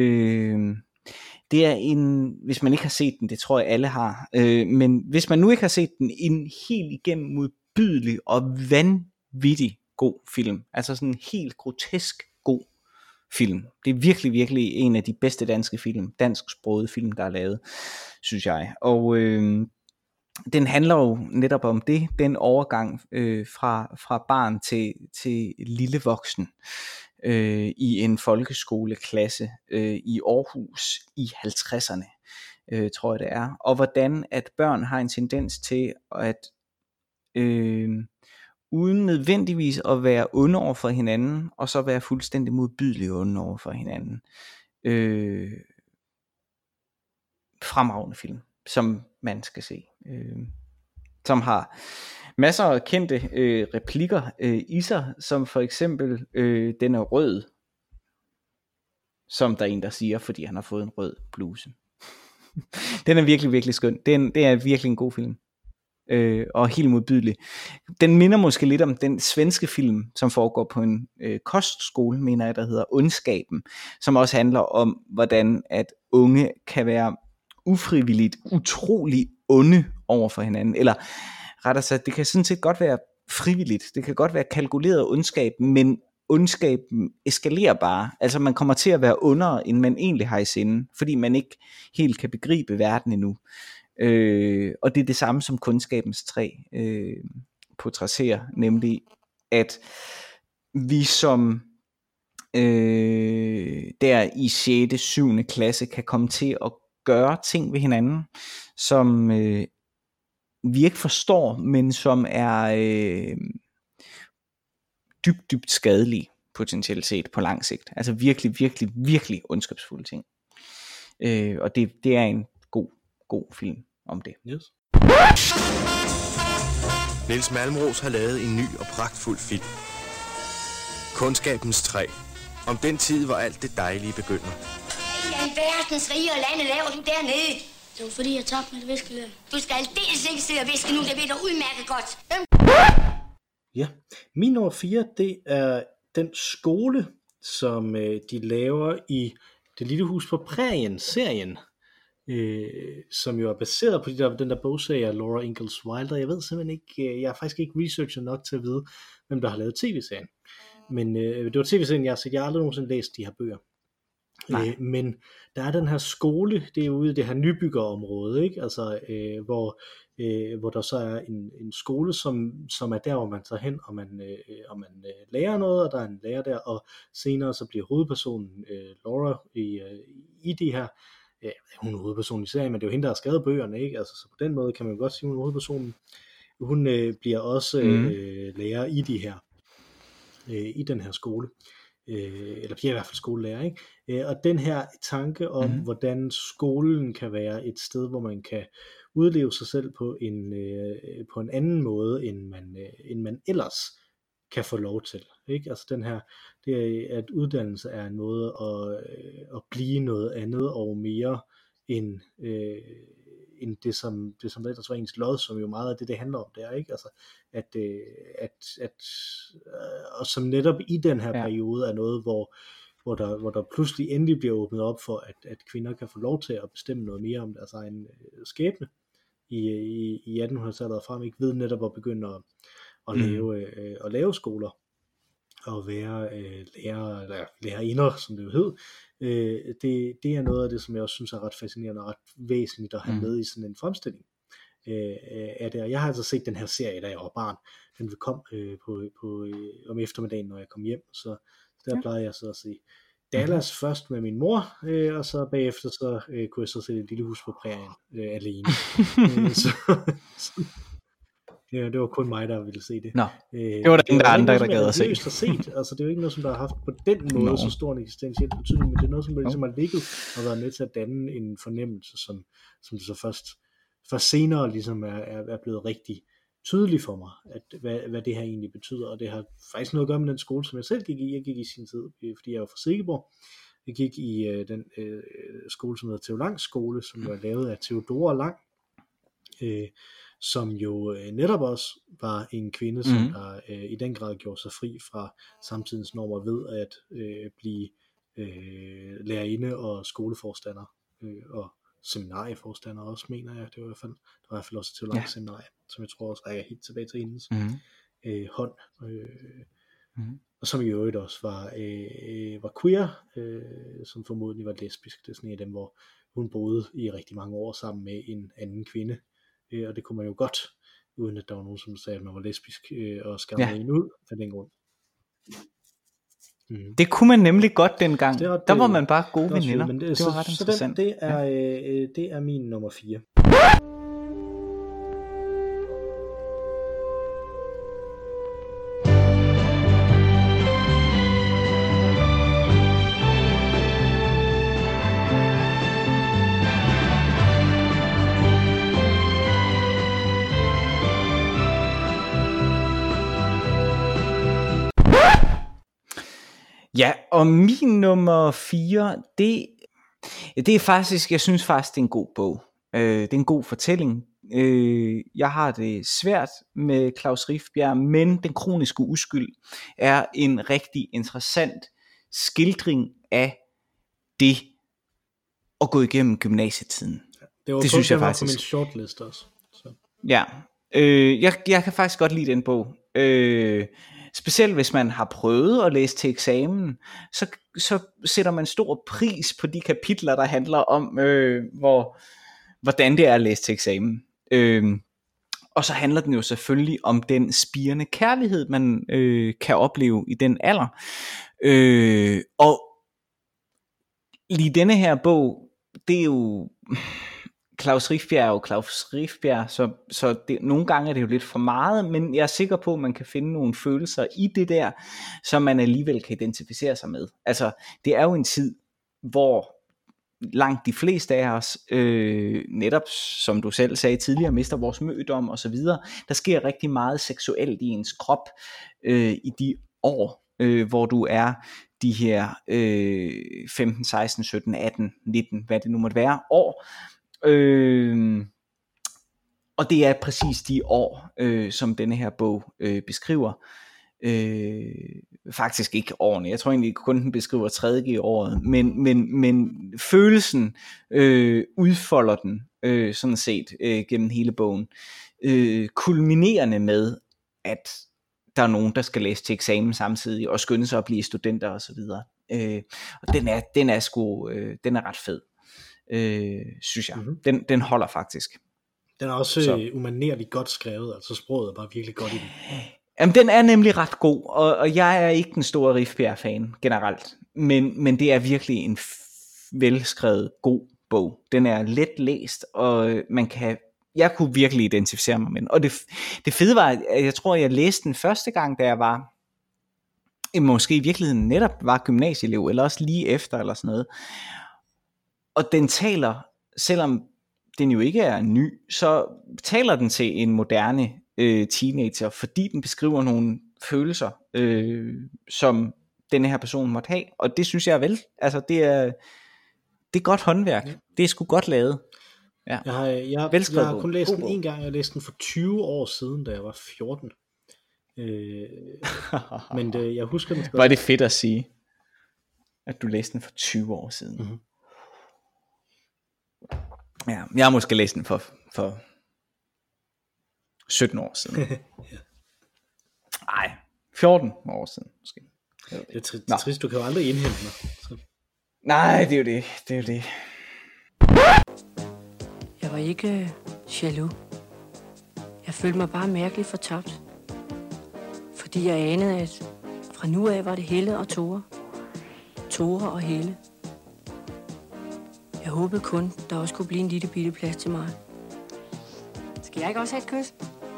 Det er hvis man ikke har set den, det tror jeg alle har, men hvis man nu ikke har set den, en helt igennem modbydelig og vanvittig god film. Altså sådan en helt grotesk god film. Det er virkelig, virkelig en af de bedste dansksprogede film, der er lavet, synes jeg. Og den handler jo netop om det, den overgang fra barn til lille voksen i en folkeskoleklasse i Aarhus i 50'erne, tror jeg det er, og hvordan at børn har en tendens til at uden nødvendigvis at være onde over for hinanden, og så være fuldstændig modbydelige onde over for hinanden. Fremragende film, som man skal se, som har masser af kendte replikker i sig, som for eksempel den er rød, som der er en der siger, fordi han har fået en rød bluse. Den er virkelig, virkelig skøn. Det er virkelig en god film. Og helt modbydelig. Den minder måske lidt om den svenske film, som foregår på en kostskole, mener jeg, der hedder Ondskaben, som også handler om, hvordan at unge kan være ufrivilligt utrolig onde over for hinanden, eller rettere sagt, det kan sådan set godt være frivilligt, det kan godt være kalkuleret ondskab, men ondskaben eskalerer bare, altså man kommer til at være ondere, end man egentlig har i sinde, fordi man ikke helt kan begribe verden endnu. Og det er det samme som Kundskabens træ portrætterer, nemlig at vi som der i 6. 7. klasse kan komme til at gøre ting ved hinanden, som vi ikke forstår, men som er dybt skadelige potentielt set på lang sigt. Altså virkelig ondskabsfulde ting. Og det er en god film om det. Yes. Niels Malmros har lavet en ny og pragtfuld film. Kundskabens træ. Om den tid, hvor alt det dejlige begynder. Hvad i verdens rige og lande laver du dernede? Det var fordi, jeg tabte mit viskelær. Du skal aldeles ikke sidde og viske nu, det ved du udmærket godt. Ja, min nummer 4, det er den skole, som de laver i Det lille hus på prærien-serien, som jo er baseret på den der bogserie af Laura Ingalls Wilder. Jeg ved simpelthen ikke, jeg har faktisk ikke researchet nok til at vide, hvem der har lavet tv-serien. Men det var tv-serien, jeg har set. Jeg har aldrig nogensinde læst de her bøger. Men der er den her skole, det er ude i det her nybyggerområde, ikke? Altså, hvor der så er en skole, som er der, hvor man tager hen, og man lærer noget, og der er en lærer der, og senere så bliver hovedpersonen Laura i de her, hun er hovedpersonen i serien, men det er jo hende, der har skrevet bøgerne, ikke? Altså, så på den måde kan man godt sige, hun er hovedpersonen. Hun bliver også lærer i de her, i den her skole. Eller bliver i hvert fald skolelærer, ikke? Og den her tanke om, hvordan skolen kan være et sted, hvor man kan udleve sig selv på en anden måde, end man ellers kan få lov til, ikke? Altså den her, det er, at uddannelse er en måde at blive noget andet og mere end det som ellers var ens lod, som jo meget af det handler om der, ikke? Altså og som netop i den her periode er noget, hvor der pludselig endelig bliver åbnet op for, at kvinder kan få lov til at bestemme noget mere om deres egen skæbne i 1800-tallet og frem, ikke, ved netop at begynde at lave skoler og være lærer eller lærerinder, som det jo hed. Det er noget af det, som jeg også synes er ret fascinerende og ret væsentligt at have med i sådan en fremstilling af det. Og jeg har altså set den her serie, da jeg var barn. Den kom om eftermiddagen, når jeg kom hjem, så der plejede jeg så at se Dallas først med min mor, og så bagefter så kunne jeg så se Det lille hus på prærien alene. Ja, det var kun mig, der ville se det. Nå, det var der ingen andre, der gad at se. Altså, det er jo ikke noget, som der har haft på den måde så stor en eksistentiel betydning, men det er noget, som der ligesom har ligget og været med til at danne en fornemmelse, som det så først senere ligesom er blevet rigtig tydeligt for mig, at hvad det her egentlig betyder, og det har faktisk noget at gøre med den skole, som jeg selv gik i. Jeg gik i sin tid, fordi jeg var fra Silkeborg. Jeg gik i den skole, som hedder Theo Langs skole, som var lavet af Theodora Lang, som jo netop også var en kvinde, som der i den grad gjorde sig fri fra samtidens normer ved at blive lærerinde og skoleforstander og seminarieforstander også, mener jeg. Det var i hvert fald også til langt seminarie, som jeg tror også rækker helt tilbage til hendes hånd. Og som i øvrigt også var queer, som formodentlig var lesbisk. Det er sådan en af dem, hvor hun boede i rigtig mange år sammen med en anden kvinde, og det kunne man jo godt, uden at der var nogen, som sagde, at man var lesbisk, og skammede en ud af den grund. Det kunne man nemlig godt dengang. Der var man bare gode veninder. Det var ret interessant. Det er min nummer 4. Ja, og min nummer 4, det er faktisk, jeg synes faktisk, det er en god bog. Det er en god fortælling. Jeg har det svært med Klaus Rifbjerg, men Den kroniske uskyld er en rigtig interessant skildring af det at gå igennem gymnasietiden. Det synes jeg faktisk. På min shortlist også. Så. Ja, jeg kan faktisk godt lide den bog. Specielt hvis man har prøvet at læse til eksamen, så sætter man stor pris på de kapitler, der handler om, hvordan det er at læse til eksamen. Og så handler den jo selvfølgelig om den spirende kærlighed, man kan opleve i den alder. Og lige denne her bog, det er jo... Klaus Rifbjerg, så nogle gange er det jo lidt for meget, men jeg er sikker på, at man kan finde nogle følelser i det der, som man alligevel kan identificere sig med. Altså, det er jo en tid, hvor langt de fleste af os, netop som du selv sagde tidligere, mister vores mødom og så videre. Der sker rigtig meget seksuelt i ens krop i de år, hvor du er de her 15, 16, 17, 18, 19, hvad det nu måtte være, år. Og det er præcis de år, som denne her bog beskriver. Faktisk ikke årene. Jeg tror egentlig kun den beskriver 3. året, men følelsen udfolder den sådan set gennem hele bogen. Kulminerende med, at der er nogen, der skal læse til eksamen samtidig og skynde sig at blive studenter og så videre. Og den er ret fed. Synes jeg. Den holder faktisk. Den er også umanerligt godt skrevet, altså sproget er bare virkelig godt i den. Jamen, den er nemlig ret god, og jeg er ikke den store Rifbjerg-fan generelt, men det er virkelig en velskrevet god bog. Den er let læst, og jeg kunne virkelig identificere mig med den. Og det fede var, at jeg tror, jeg læste den første gang, da jeg var, måske i virkeligheden netop var gymnasieelev, eller også lige efter, eller sådan noget. Og den taler, selvom den jo ikke er ny, så taler den til en moderne teenager, fordi den beskriver nogle følelser, som denne her person måtte have. Og det synes jeg er vel. Altså det er godt håndværk. Ja. Det er sgu godt lavet. Ja. Jeg har kun læst den en gang. Jeg læste den for 20 år siden, da jeg var 14. Men jeg husker den. Hvor er det fedt at sige, at du læste den for 20 år siden. Mm-hmm. Ja, jeg har måske læst den for 17 år siden. Nej, 14 år siden måske. Det er trist, du kan jo aldrig indhente mig. Så. Nej, det er jo det. Jeg var ikke jaloux. Jeg følte mig bare mærkeligt fortabt. Fordi jeg anede, at fra nu af var det Helle og Tore. Tore og Helle. Jeg håbede kun, der også kunne blive en lille bitte plads til mig. Skal jeg ikke også have et kys?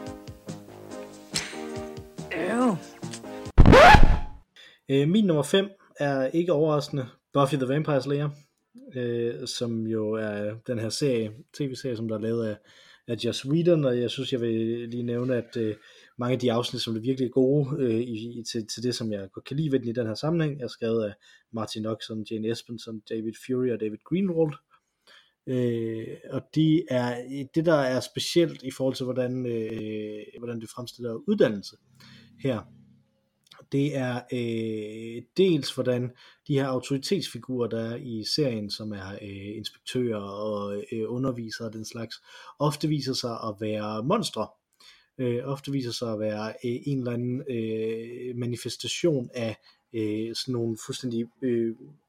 Min nummer 5 er ikke overraskende Buffy the Vampire Slayer, som jo er den her tv-serie, som der er lavet af Joss Whedon, og jeg synes, jeg vil lige nævne, at mange af de afsnit, som er virkelig gode til det, som jeg godt kan lide ved den i den her sammenhæng, er skrevet af Martin Oxon, Jane Espenson, David Fury og David Greenwald. Og de er det, der er specielt i forhold til, hvordan det fremstiller uddannelse her. Det er dels hvordan de her autoritetsfigurer, der er i serien, som er inspektører og undervisere og den slags, ofte viser sig at være monstre. Ofte viser sig at være en eller anden manifestation af sådan nogle fuldstændig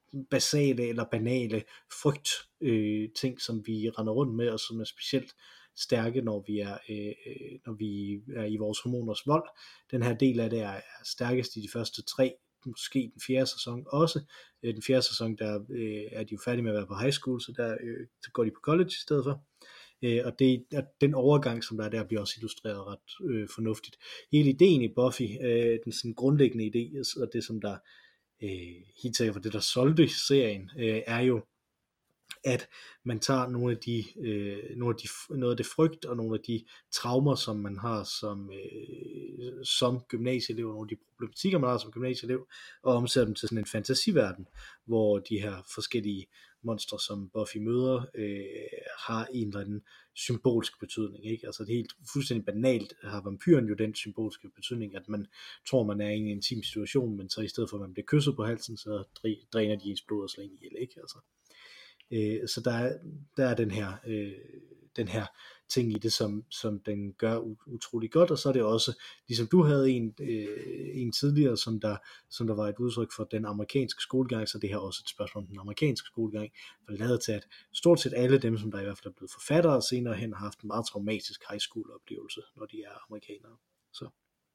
basale eller banale frygt ting, som vi render rundt med, og som er specielt stærke, når vi er i vores hormoners vold. Den her del af det er stærkest i de første 3, måske den 4. sæson også. Den 4. sæson, der er de jo færdige med at være på high school, så der så går de på college i stedet for. Og den overgang, som der er der, bliver også illustreret ret fornuftigt. Hele ideen i Buffy, den sådan grundlæggende idé, og det som der helt sikkert for det, der solgte serien, er jo, at man tager noget af det frygt og nogle af de traumer, som man har som gymnasieelev, og nogle af de problematikker, man har som gymnasieelev, og omsætter dem til sådan en fantasiverden, hvor de her forskellige monstre, som Buffy møder, har en eller anden symbolsk betydning, ikke? Altså det helt fuldstændig banalt har vampyren jo den symbolske betydning, at man tror, man er i en intim situation, men så i stedet for, at man bliver kysset på halsen, så dræner de ens blod og slår en ihjel, ikke? Altså. Så der er den her ting i det, som den gør utrolig godt, og så er det også, ligesom du havde en tidligere, som der var et udtryk for den amerikanske skolegang, så det her også et spørgsmål om den amerikanske skolegang, for det lader til, at stort set alle dem, som der i hvert fald er blevet forfattere senere hen, har haft en meget traumatisk high school oplevelse, når de er amerikanere. Så.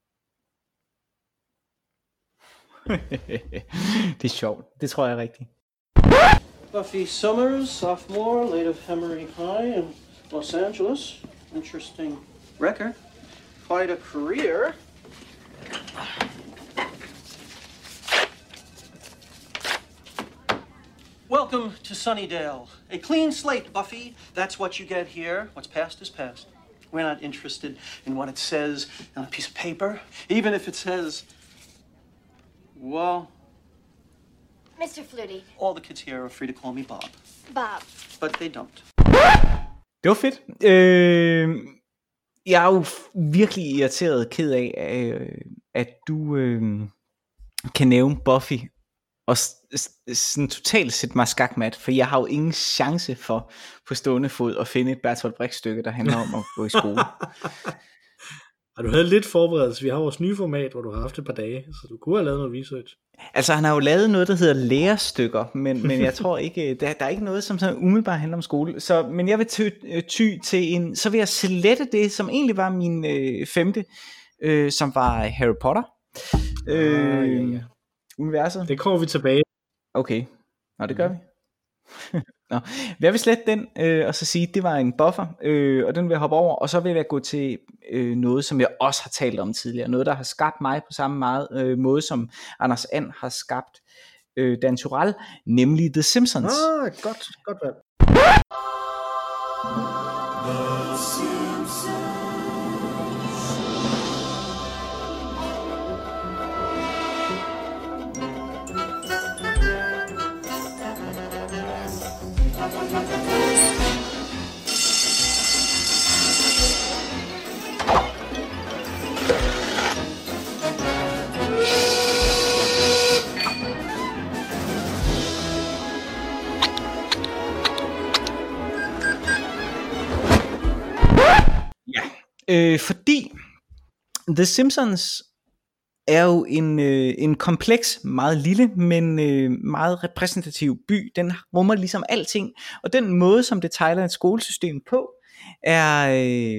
Det er sjovt, det tror jeg er rigtigt. Buffy Summers, sophomore, late of Emory High in Los Angeles. Interesting record. Quite a career. Welcome to Sunnydale. A clean slate, Buffy. That's what you get here. What's past is past. We're not interested in what it says on a piece of paper, even if it says, well... Mr. Flutie. All the kids here are free to call me Bob. Bob. But they don't. Det var fedt. Jeg er jo virkelig irriteret ked af, at du kan nævne Buffy og sådan totalt sætte mig skakmat, for jeg har jo ingen chance for på stående fod at finde et Bertolt Brecht stykke, der handler om at gå i skole. Og du havde lidt forberedelse. Vi har vores nye format, hvor du har haft et par dage, så du kunne have lavet noget research. Altså han har jo lavet noget, der hedder lærestykker, men jeg tror ikke, der er ikke noget, som sådan umiddelbart handler om skole. Men jeg vil ty til så vil jeg slette det, som egentlig var min 5., som var Harry Potter. Ja. Universet. Det kommer vi tilbage. Okay, nå det gør vi. Nå, jeg vil slette den, og så sige, at det var en buffer, og den vil jeg hoppe over, og så vil jeg gå til noget, som jeg også har talt om tidligere, noget, der har skabt mig på samme måde, som Anders And har skabt Dan Turell, nemlig The Simpsons. Godt valg. The Simpsons. Fordi The Simpsons er jo en kompleks, meget lille, men meget repræsentativ by. Den rummer ligesom alting, og den måde, som det tegner et skolesystem på, er,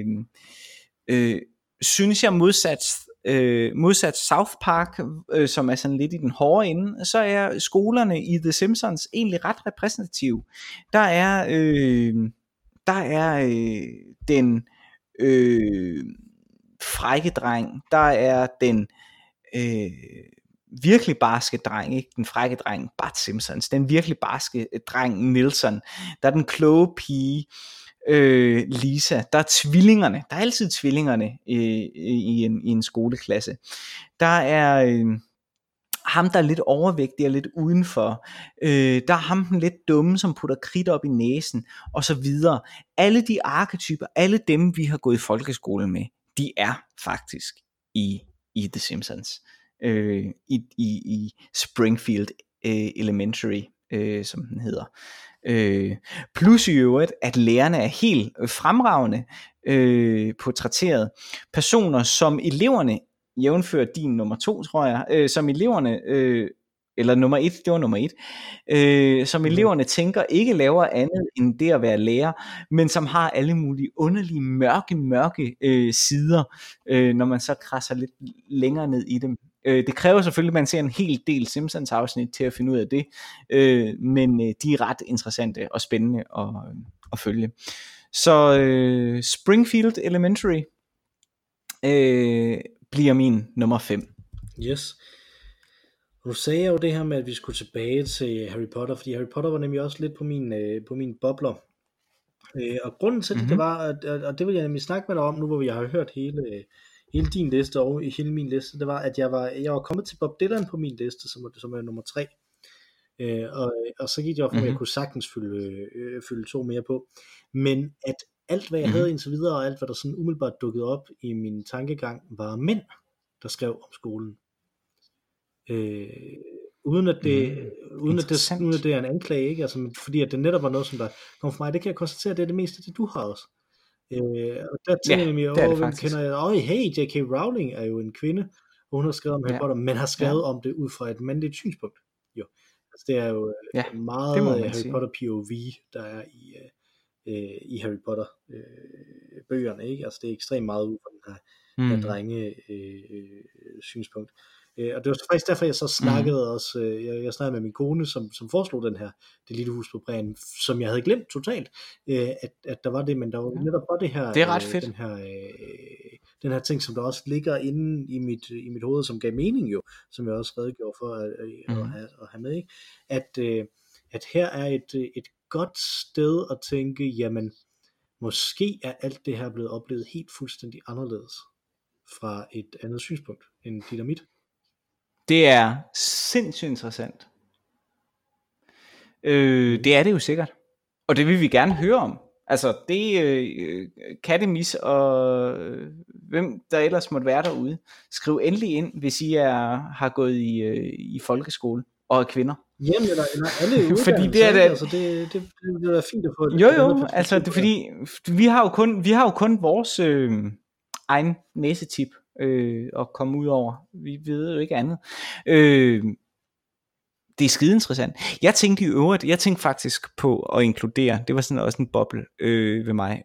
synes jeg, modsat South Park, som er sådan lidt i den hårde ende, så er skolerne i The Simpsons egentlig ret repræsentative. Der er den frække dreng, der er den virkelig barske dreng, ikke den frække dreng Bart Simpsons, den virkelig barske dreng Nelson, der er den kloge pige Lisa, der er tvillingerne, der er altid tvillingerne i en skoleklasse, der er ham, der er lidt overvægtig og lidt udenfor, der er ham den lidt dumme, som putter kridt op i næsen, og så videre. Alle de arketyper, alle dem, vi har gået i folkeskole med, de er faktisk i The Simpsons. I Springfield Elementary, som den hedder. Plus i øvrigt, at lærerne er helt fremragende portrætteret. Personer, som eleverne, jævnfør din nummer 2, tror jeg, som eleverne eller nummer 1, det var nummer 1, som eleverne tænker ikke laver andet end det at være lærer, men som har alle mulige underlige mørke sider, når man så krasser lidt længere ned i dem. Det kræver selvfølgelig, at man ser en hel del Simpsons afsnit til at finde ud af det, men de er ret interessante og spændende at følge. Så Springfield Elementary bliver min nummer 5. Yes. Nu sagde jeg jo det her med, at vi skulle tilbage til Harry Potter, fordi Harry Potter var nemlig også lidt på min bobler. Og grunden til det var, og det vil jeg nemlig snakke med dig om nu, hvor jeg har hørt hele din liste og hele min liste, det var, at jeg var kommet til Bob Dylan på min liste, som er nummer 3. Og så gik det op for, at jeg kunne sagtens fylde 2 mere på. Men at alt, hvad jeg havde indtil videre, og alt, hvad der sådan umiddelbart dukkede op i min tankegang, var mænd, der skrev om skolen. Uden at det er en anklage, ikke? Altså, fordi at det netop var noget, som der kom for mig. Det kan jeg konstatere, det er det meste, det du har også. Og der tænker jeg mig, hvem kender jeg? Hey, J.K. Rowling er jo en kvinde, og hun har skrevet om Harry Potter, men har skrevet om det ud fra et mandligt synspunkt. Jo. Altså, det er jo meget Harry Potter POV, der er i Harry Potter bøgerne, ikke? Altså, det er ekstremt meget ud fra den her drenge synspunkt. Og det var faktisk derfor, jeg så snakkede også, jeg snakkede med min kone, som foreslog den her, Det lille hus på prærien, som jeg havde glemt totalt, at der var det, men der var netop bare det her, det er ret fedt. Den her ting, som der også ligger inde i mit hoved, som gav mening jo, som jeg også redegjorde for at have med, ikke? At her er et godt sted at tænke, jamen, måske er alt det her blevet oplevet helt fuldstændig anderledes fra et andet synspunkt end dit og mit. Det er sindssygt interessant. Det er det jo sikkert. Og det vil vi gerne høre om. Altså det Kattemis og hvem der ellers måtte være derude. Skriv endelig ind, hvis I har gået i folkeskole og er kvinder. Jamen, eller alle uddannelser. Fordi det er det. Altså, det er fint at få det. Jo, altså det er fordi vi har jo kun vores egen næsetip at komme ud over. Vi ved jo ikke andet. Det er skide interessant. Jeg tænkte faktisk på at inkludere, det var sådan også en boble ved mig,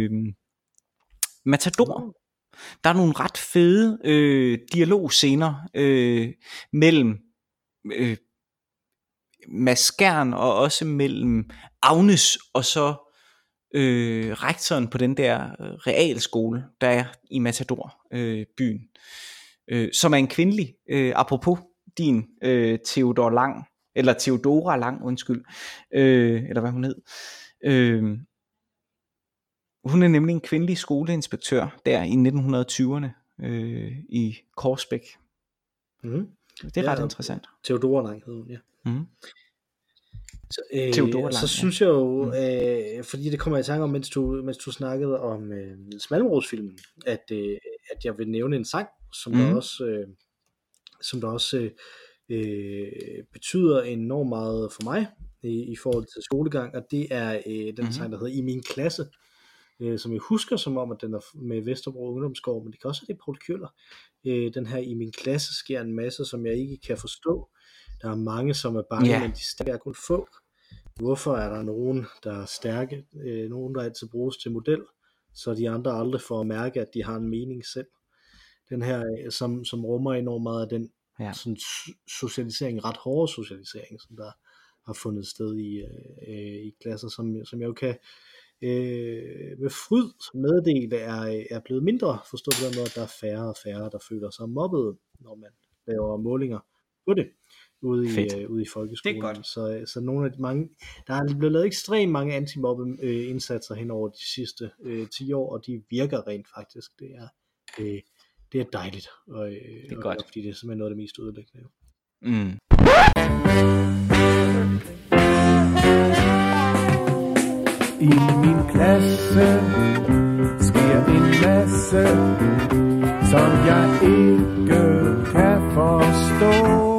Matador. Der er nogle ret fede dialogscener mellem Mads Skjern og også mellem Agnes og så rektoren på den der realskole, der er i Matador byen, som er en kvindelig, apropos din Theodora Lang, undskyld, eller hvad hun hed. Hun er nemlig en kvindelig skoleinspektør der i 1920'erne i Korsbæk. Det er ret interessant. Theodora Lang hed hun, ja. Så Lang, synes jeg jo, fordi det kommer jeg i tanke om, mens du snakkede om Niels Malmros-filmen, at jeg vil nævne en sang, som der også betyder enormt meget for mig i forhold til skolegang, og det er den sang, der hedder I min klasse, som jeg husker som om, at den er med Vesterbro Ungdomsgård, men det kan også være, det er Poul Kjøller. Den her I min klasse sker en masse, som jeg ikke kan forstå. Der er mange, som er bange, men de stærke er kun få. Hvorfor er der nogen, der er stærke, nogen, der altid bruges til model, så de andre aldrig får at mærke, at de har en mening selv. Den her, som rummer enormt meget af den sådan socialisering, ret hårde socialisering, som der har fundet sted i klasser, som jeg jo kan med fryd meddele er blevet mindre, forstået på den måde, at der er færre og færre, der føler sig mobbet, når man laver målinger på det ude i folkeskolen. Så nogle af de mange, der er blevet lavet ekstremt mange antimobbe indsatser hen over de sidste 10 år, og de virker rent faktisk. Det er dejligt, og det er godt, fordi det er simpelthen noget af det mest ødelæggende. I min klasse sker en masse, som jeg ikke kan forstå.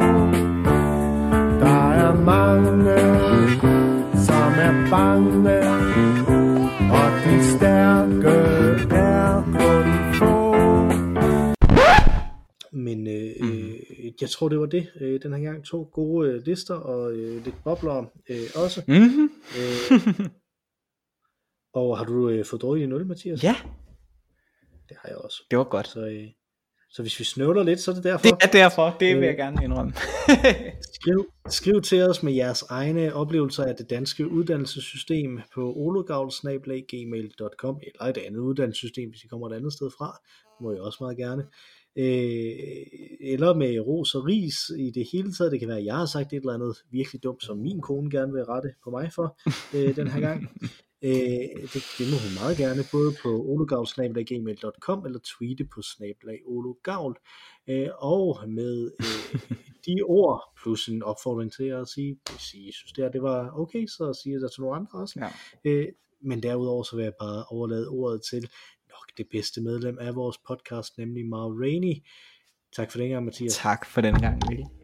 Der er mange, som er bange, og de stærke er kun få. Men jeg tror, det var det. Den her gang 2 gode lister og lidt bobler også. Mm-hmm. Og har du fået drukket en øl, Mathias? Ja. Det har jeg også. Det var godt. Så hvis vi snøvler lidt, så er det derfor. Det er derfor, det vil jeg gerne indrømme. Skriv til os med jeres egne oplevelser af det danske uddannelsessystem på ologavl@gmail.com eller et andet uddannelsessystem, hvis I kommer et andet sted fra. Det må I også meget gerne. Eller med ros og ris i det hele taget. Det kan være, at jeg har sagt et eller andet virkelig dumt, som min kone gerne vil rette på mig for den her gang. Det må hun meget gerne, både på ologavl@gmail.com eller tweete på @ologavl. Og med de ord plus en opfordring til at sige, hvis I synes det var okay, så siger det til nogle andre også. Ja. Men derudover så vil jeg bare overlade ordet til nok det bedste medlem af vores podcast, nemlig Ma Rainey. Tak for den gang, Mathias. Tak for den gang, Mikkel.